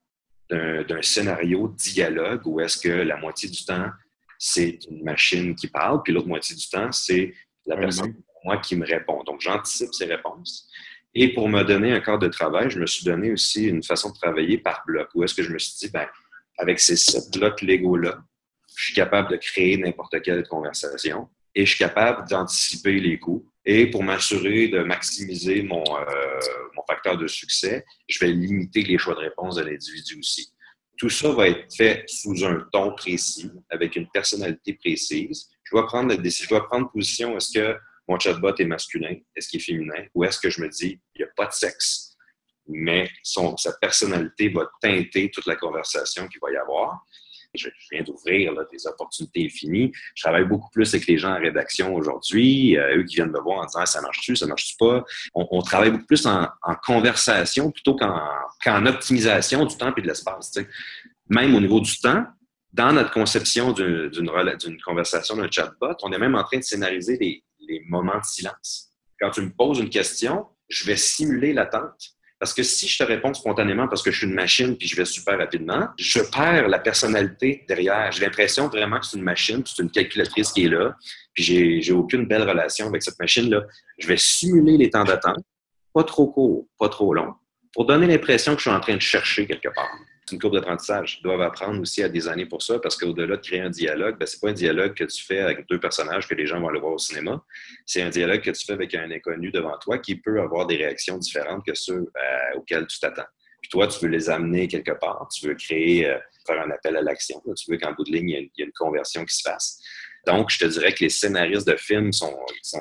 d'un scénario dialogue où est-ce que la moitié du temps, c'est une machine qui parle, puis l'autre moitié du temps, c'est la personne, moi, qui me répond. Donc, j'anticipe ses réponses. Et pour me donner un cadre de travail, je me suis donné aussi une façon de travailler par bloc, où est-ce que je me suis dit, avec ces 7 blocs Lego-là, je suis capable de créer n'importe quelle conversation et je suis capable d'anticiper les coûts. Et pour m'assurer de maximiser mon facteur de succès, je vais limiter les choix de réponse de l'individu aussi. Tout ça va être fait sous un ton précis, avec une personnalité précise. Je dois prendre position, est-ce que mon chatbot est masculin, est-ce qu'il est féminin, ou est-ce que je me dis, il n'y a pas de sexe, mais sa personnalité va teinter toute la conversation qu'il va y avoir. Je viens d'ouvrir des opportunités infinies. Je travaille beaucoup plus avec les gens en rédaction aujourd'hui, eux qui viennent me voir en disant « ça marche-tu, ça marche-tu pas ». On travaille beaucoup plus en conversation plutôt qu'en optimisation du temps et de l'espace. T'sais. Même au niveau du temps, dans notre conception d'une conversation, d'un chatbot, on est même en train de scénariser les moments de silence. Quand tu me poses une question, je vais simuler l'attente. Parce que si je te réponds spontanément parce que je suis une machine puis je vais super rapidement, je perds la personnalité derrière. J'ai l'impression vraiment que c'est une machine, c'est une calculatrice qui est là, puis j'ai aucune belle relation avec cette machine-là. Je vais simuler les temps d'attente, pas trop court, pas trop long, pour donner l'impression que je suis en train de chercher quelque part. C'est une courbe d'apprentissage. Ils doivent apprendre aussi à des années pour ça, parce qu'au-delà de créer un dialogue, c'est pas un dialogue que tu fais avec 2 personnages que les gens vont aller voir au cinéma. C'est un dialogue que tu fais avec un inconnu devant toi qui peut avoir des réactions différentes que ceux auxquels tu t'attends. Puis toi, tu veux les amener quelque part, tu veux faire un appel à l'action. Tu veux qu'en bout de ligne, il y ait une conversion qui se fasse. Donc, je te dirais que les scénaristes de films sont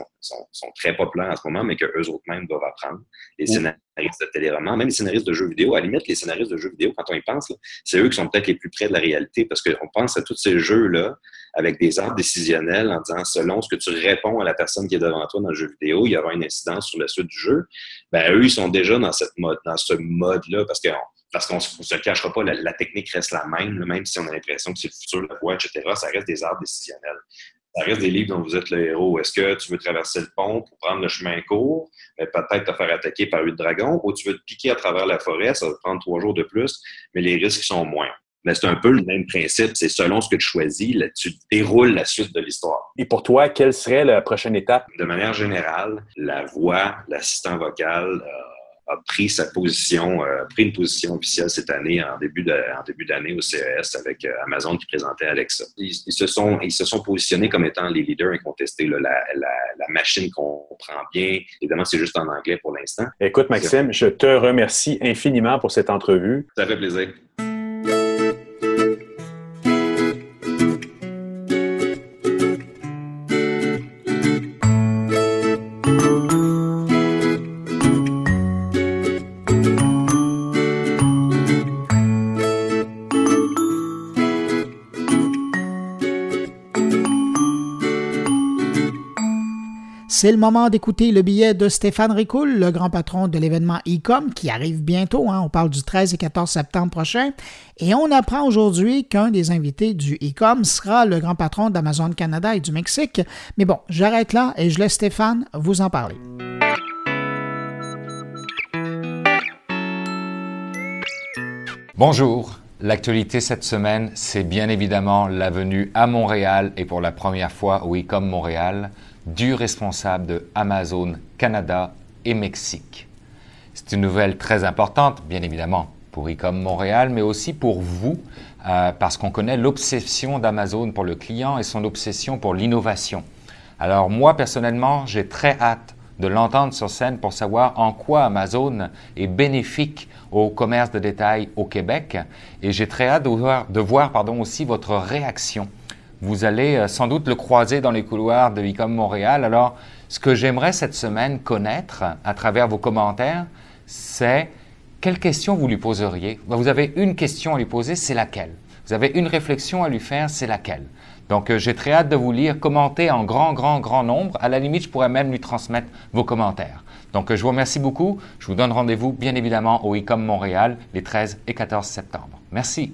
très populaires en ce moment, mais qu'eux autres mêmes doivent apprendre. Les scénaristes de téléromans, même les scénaristes de jeux vidéo. À la limite, les scénaristes de jeux vidéo, quand on y pense, là, c'est eux qui sont peut-être les plus près de la réalité parce qu'on pense à tous ces jeux-là avec des arbres décisionnels en disant, selon ce que tu réponds à la personne qui est devant toi dans le jeu vidéo, il y aura une incidence sur la suite du jeu. Eux, ils sont déjà dans ce mode-là parce qu'on ne se cachera pas, la technique reste la même si on a l'impression que c'est le futur, la voie, etc. Ça reste des arbres décisionnels. Ça reste des livres dont vous êtes le héros. Est-ce que tu veux traverser le pont pour prendre le chemin court, peut-être te faire attaquer par 8 dragons, ou tu veux te piquer à travers la forêt, ça va te prendre 3 jours de plus, mais les risques sont moins. Mais c'est un peu le même principe. C'est selon ce que tu choisis, là, tu déroules la suite de l'histoire. Et pour toi, quelle serait la prochaine étape? De manière générale, la voix, l'assistant vocal a pris une position officielle cette année, en début d'année au CES avec Amazon qui présentait Alexa. Ils se sont positionnés comme étant les leaders incontestés. Là, la machine comprend bien. Évidemment, c'est juste en anglais pour l'instant. Écoute, Maxime, je te remercie infiniment pour cette entrevue. Ça fait plaisir. C'est le moment d'écouter le billet de Stéphane Ricoul, le grand patron de l'événement e-com qui arrive bientôt. On parle du 13 et 14 septembre prochain. Et on apprend aujourd'hui qu'un des invités du e-com sera le grand patron d'Amazon Canada et du Mexique. Mais bon, j'arrête là et je laisse Stéphane vous en parler. Bonjour. L'actualité cette semaine, c'est bien évidemment la venue à Montréal et pour la première fois au e-com Montréal du responsable de Amazon Canada et Mexique. C'est une nouvelle très importante, bien évidemment, pour e-com Montréal, mais aussi pour vous, parce qu'on connaît l'obsession d'Amazon pour le client et son obsession pour l'innovation. Alors moi, personnellement, j'ai très hâte de l'entendre sur scène pour savoir en quoi Amazon est bénéfique au commerce de détail au Québec. Et j'ai très hâte de voir aussi votre réaction. Vous allez sans doute le croiser dans les couloirs de e-com Montréal. Alors, ce que j'aimerais cette semaine connaître à travers vos commentaires, c'est quelle question vous lui poseriez. Vous avez une question à lui poser, c'est laquelle? Vous avez une réflexion à lui faire, c'est laquelle? Donc, j'ai très hâte de vous lire, commenter en grand nombre. À la limite, je pourrais même lui transmettre vos commentaires. Donc, je vous remercie beaucoup. Je vous donne rendez-vous, bien évidemment, au e-com Montréal les 13 et 14 septembre. Merci.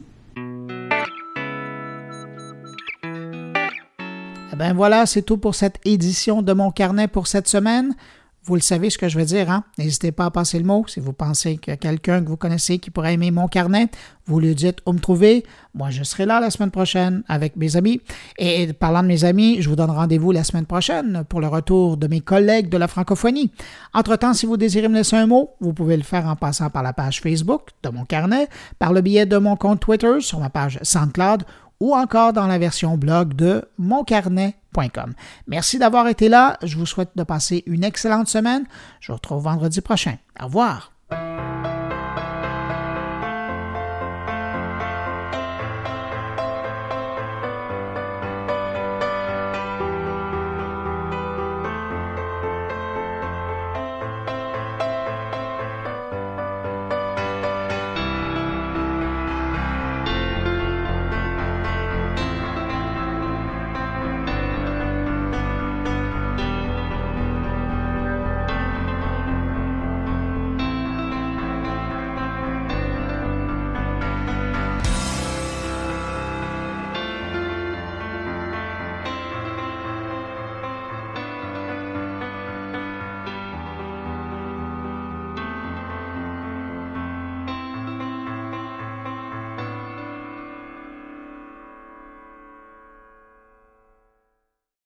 Eh bien voilà, c'est tout pour cette édition de Mon Carnet pour cette semaine. vous le savez ce que je veux dire, hein? N'hésitez pas à passer le mot. Si vous pensez qu'il y a quelqu'un que vous connaissez qui pourrait aimer mon carnet, vous lui dites où me trouver. Moi, je serai là la semaine prochaine avec mes amis. Et parlant de mes amis, je vous donne rendez-vous la semaine prochaine pour le retour de mes collègues de la francophonie. Entre-temps, si vous désirez me laisser un mot, vous pouvez le faire en passant par la page Facebook de mon carnet, par le biais de mon compte Twitter sur ma page SoundCloud ou encore dans la version blog de moncarnet.com. Merci d'avoir été là. Je vous souhaite de passer une excellente semaine. Je vous retrouve vendredi prochain. Au revoir.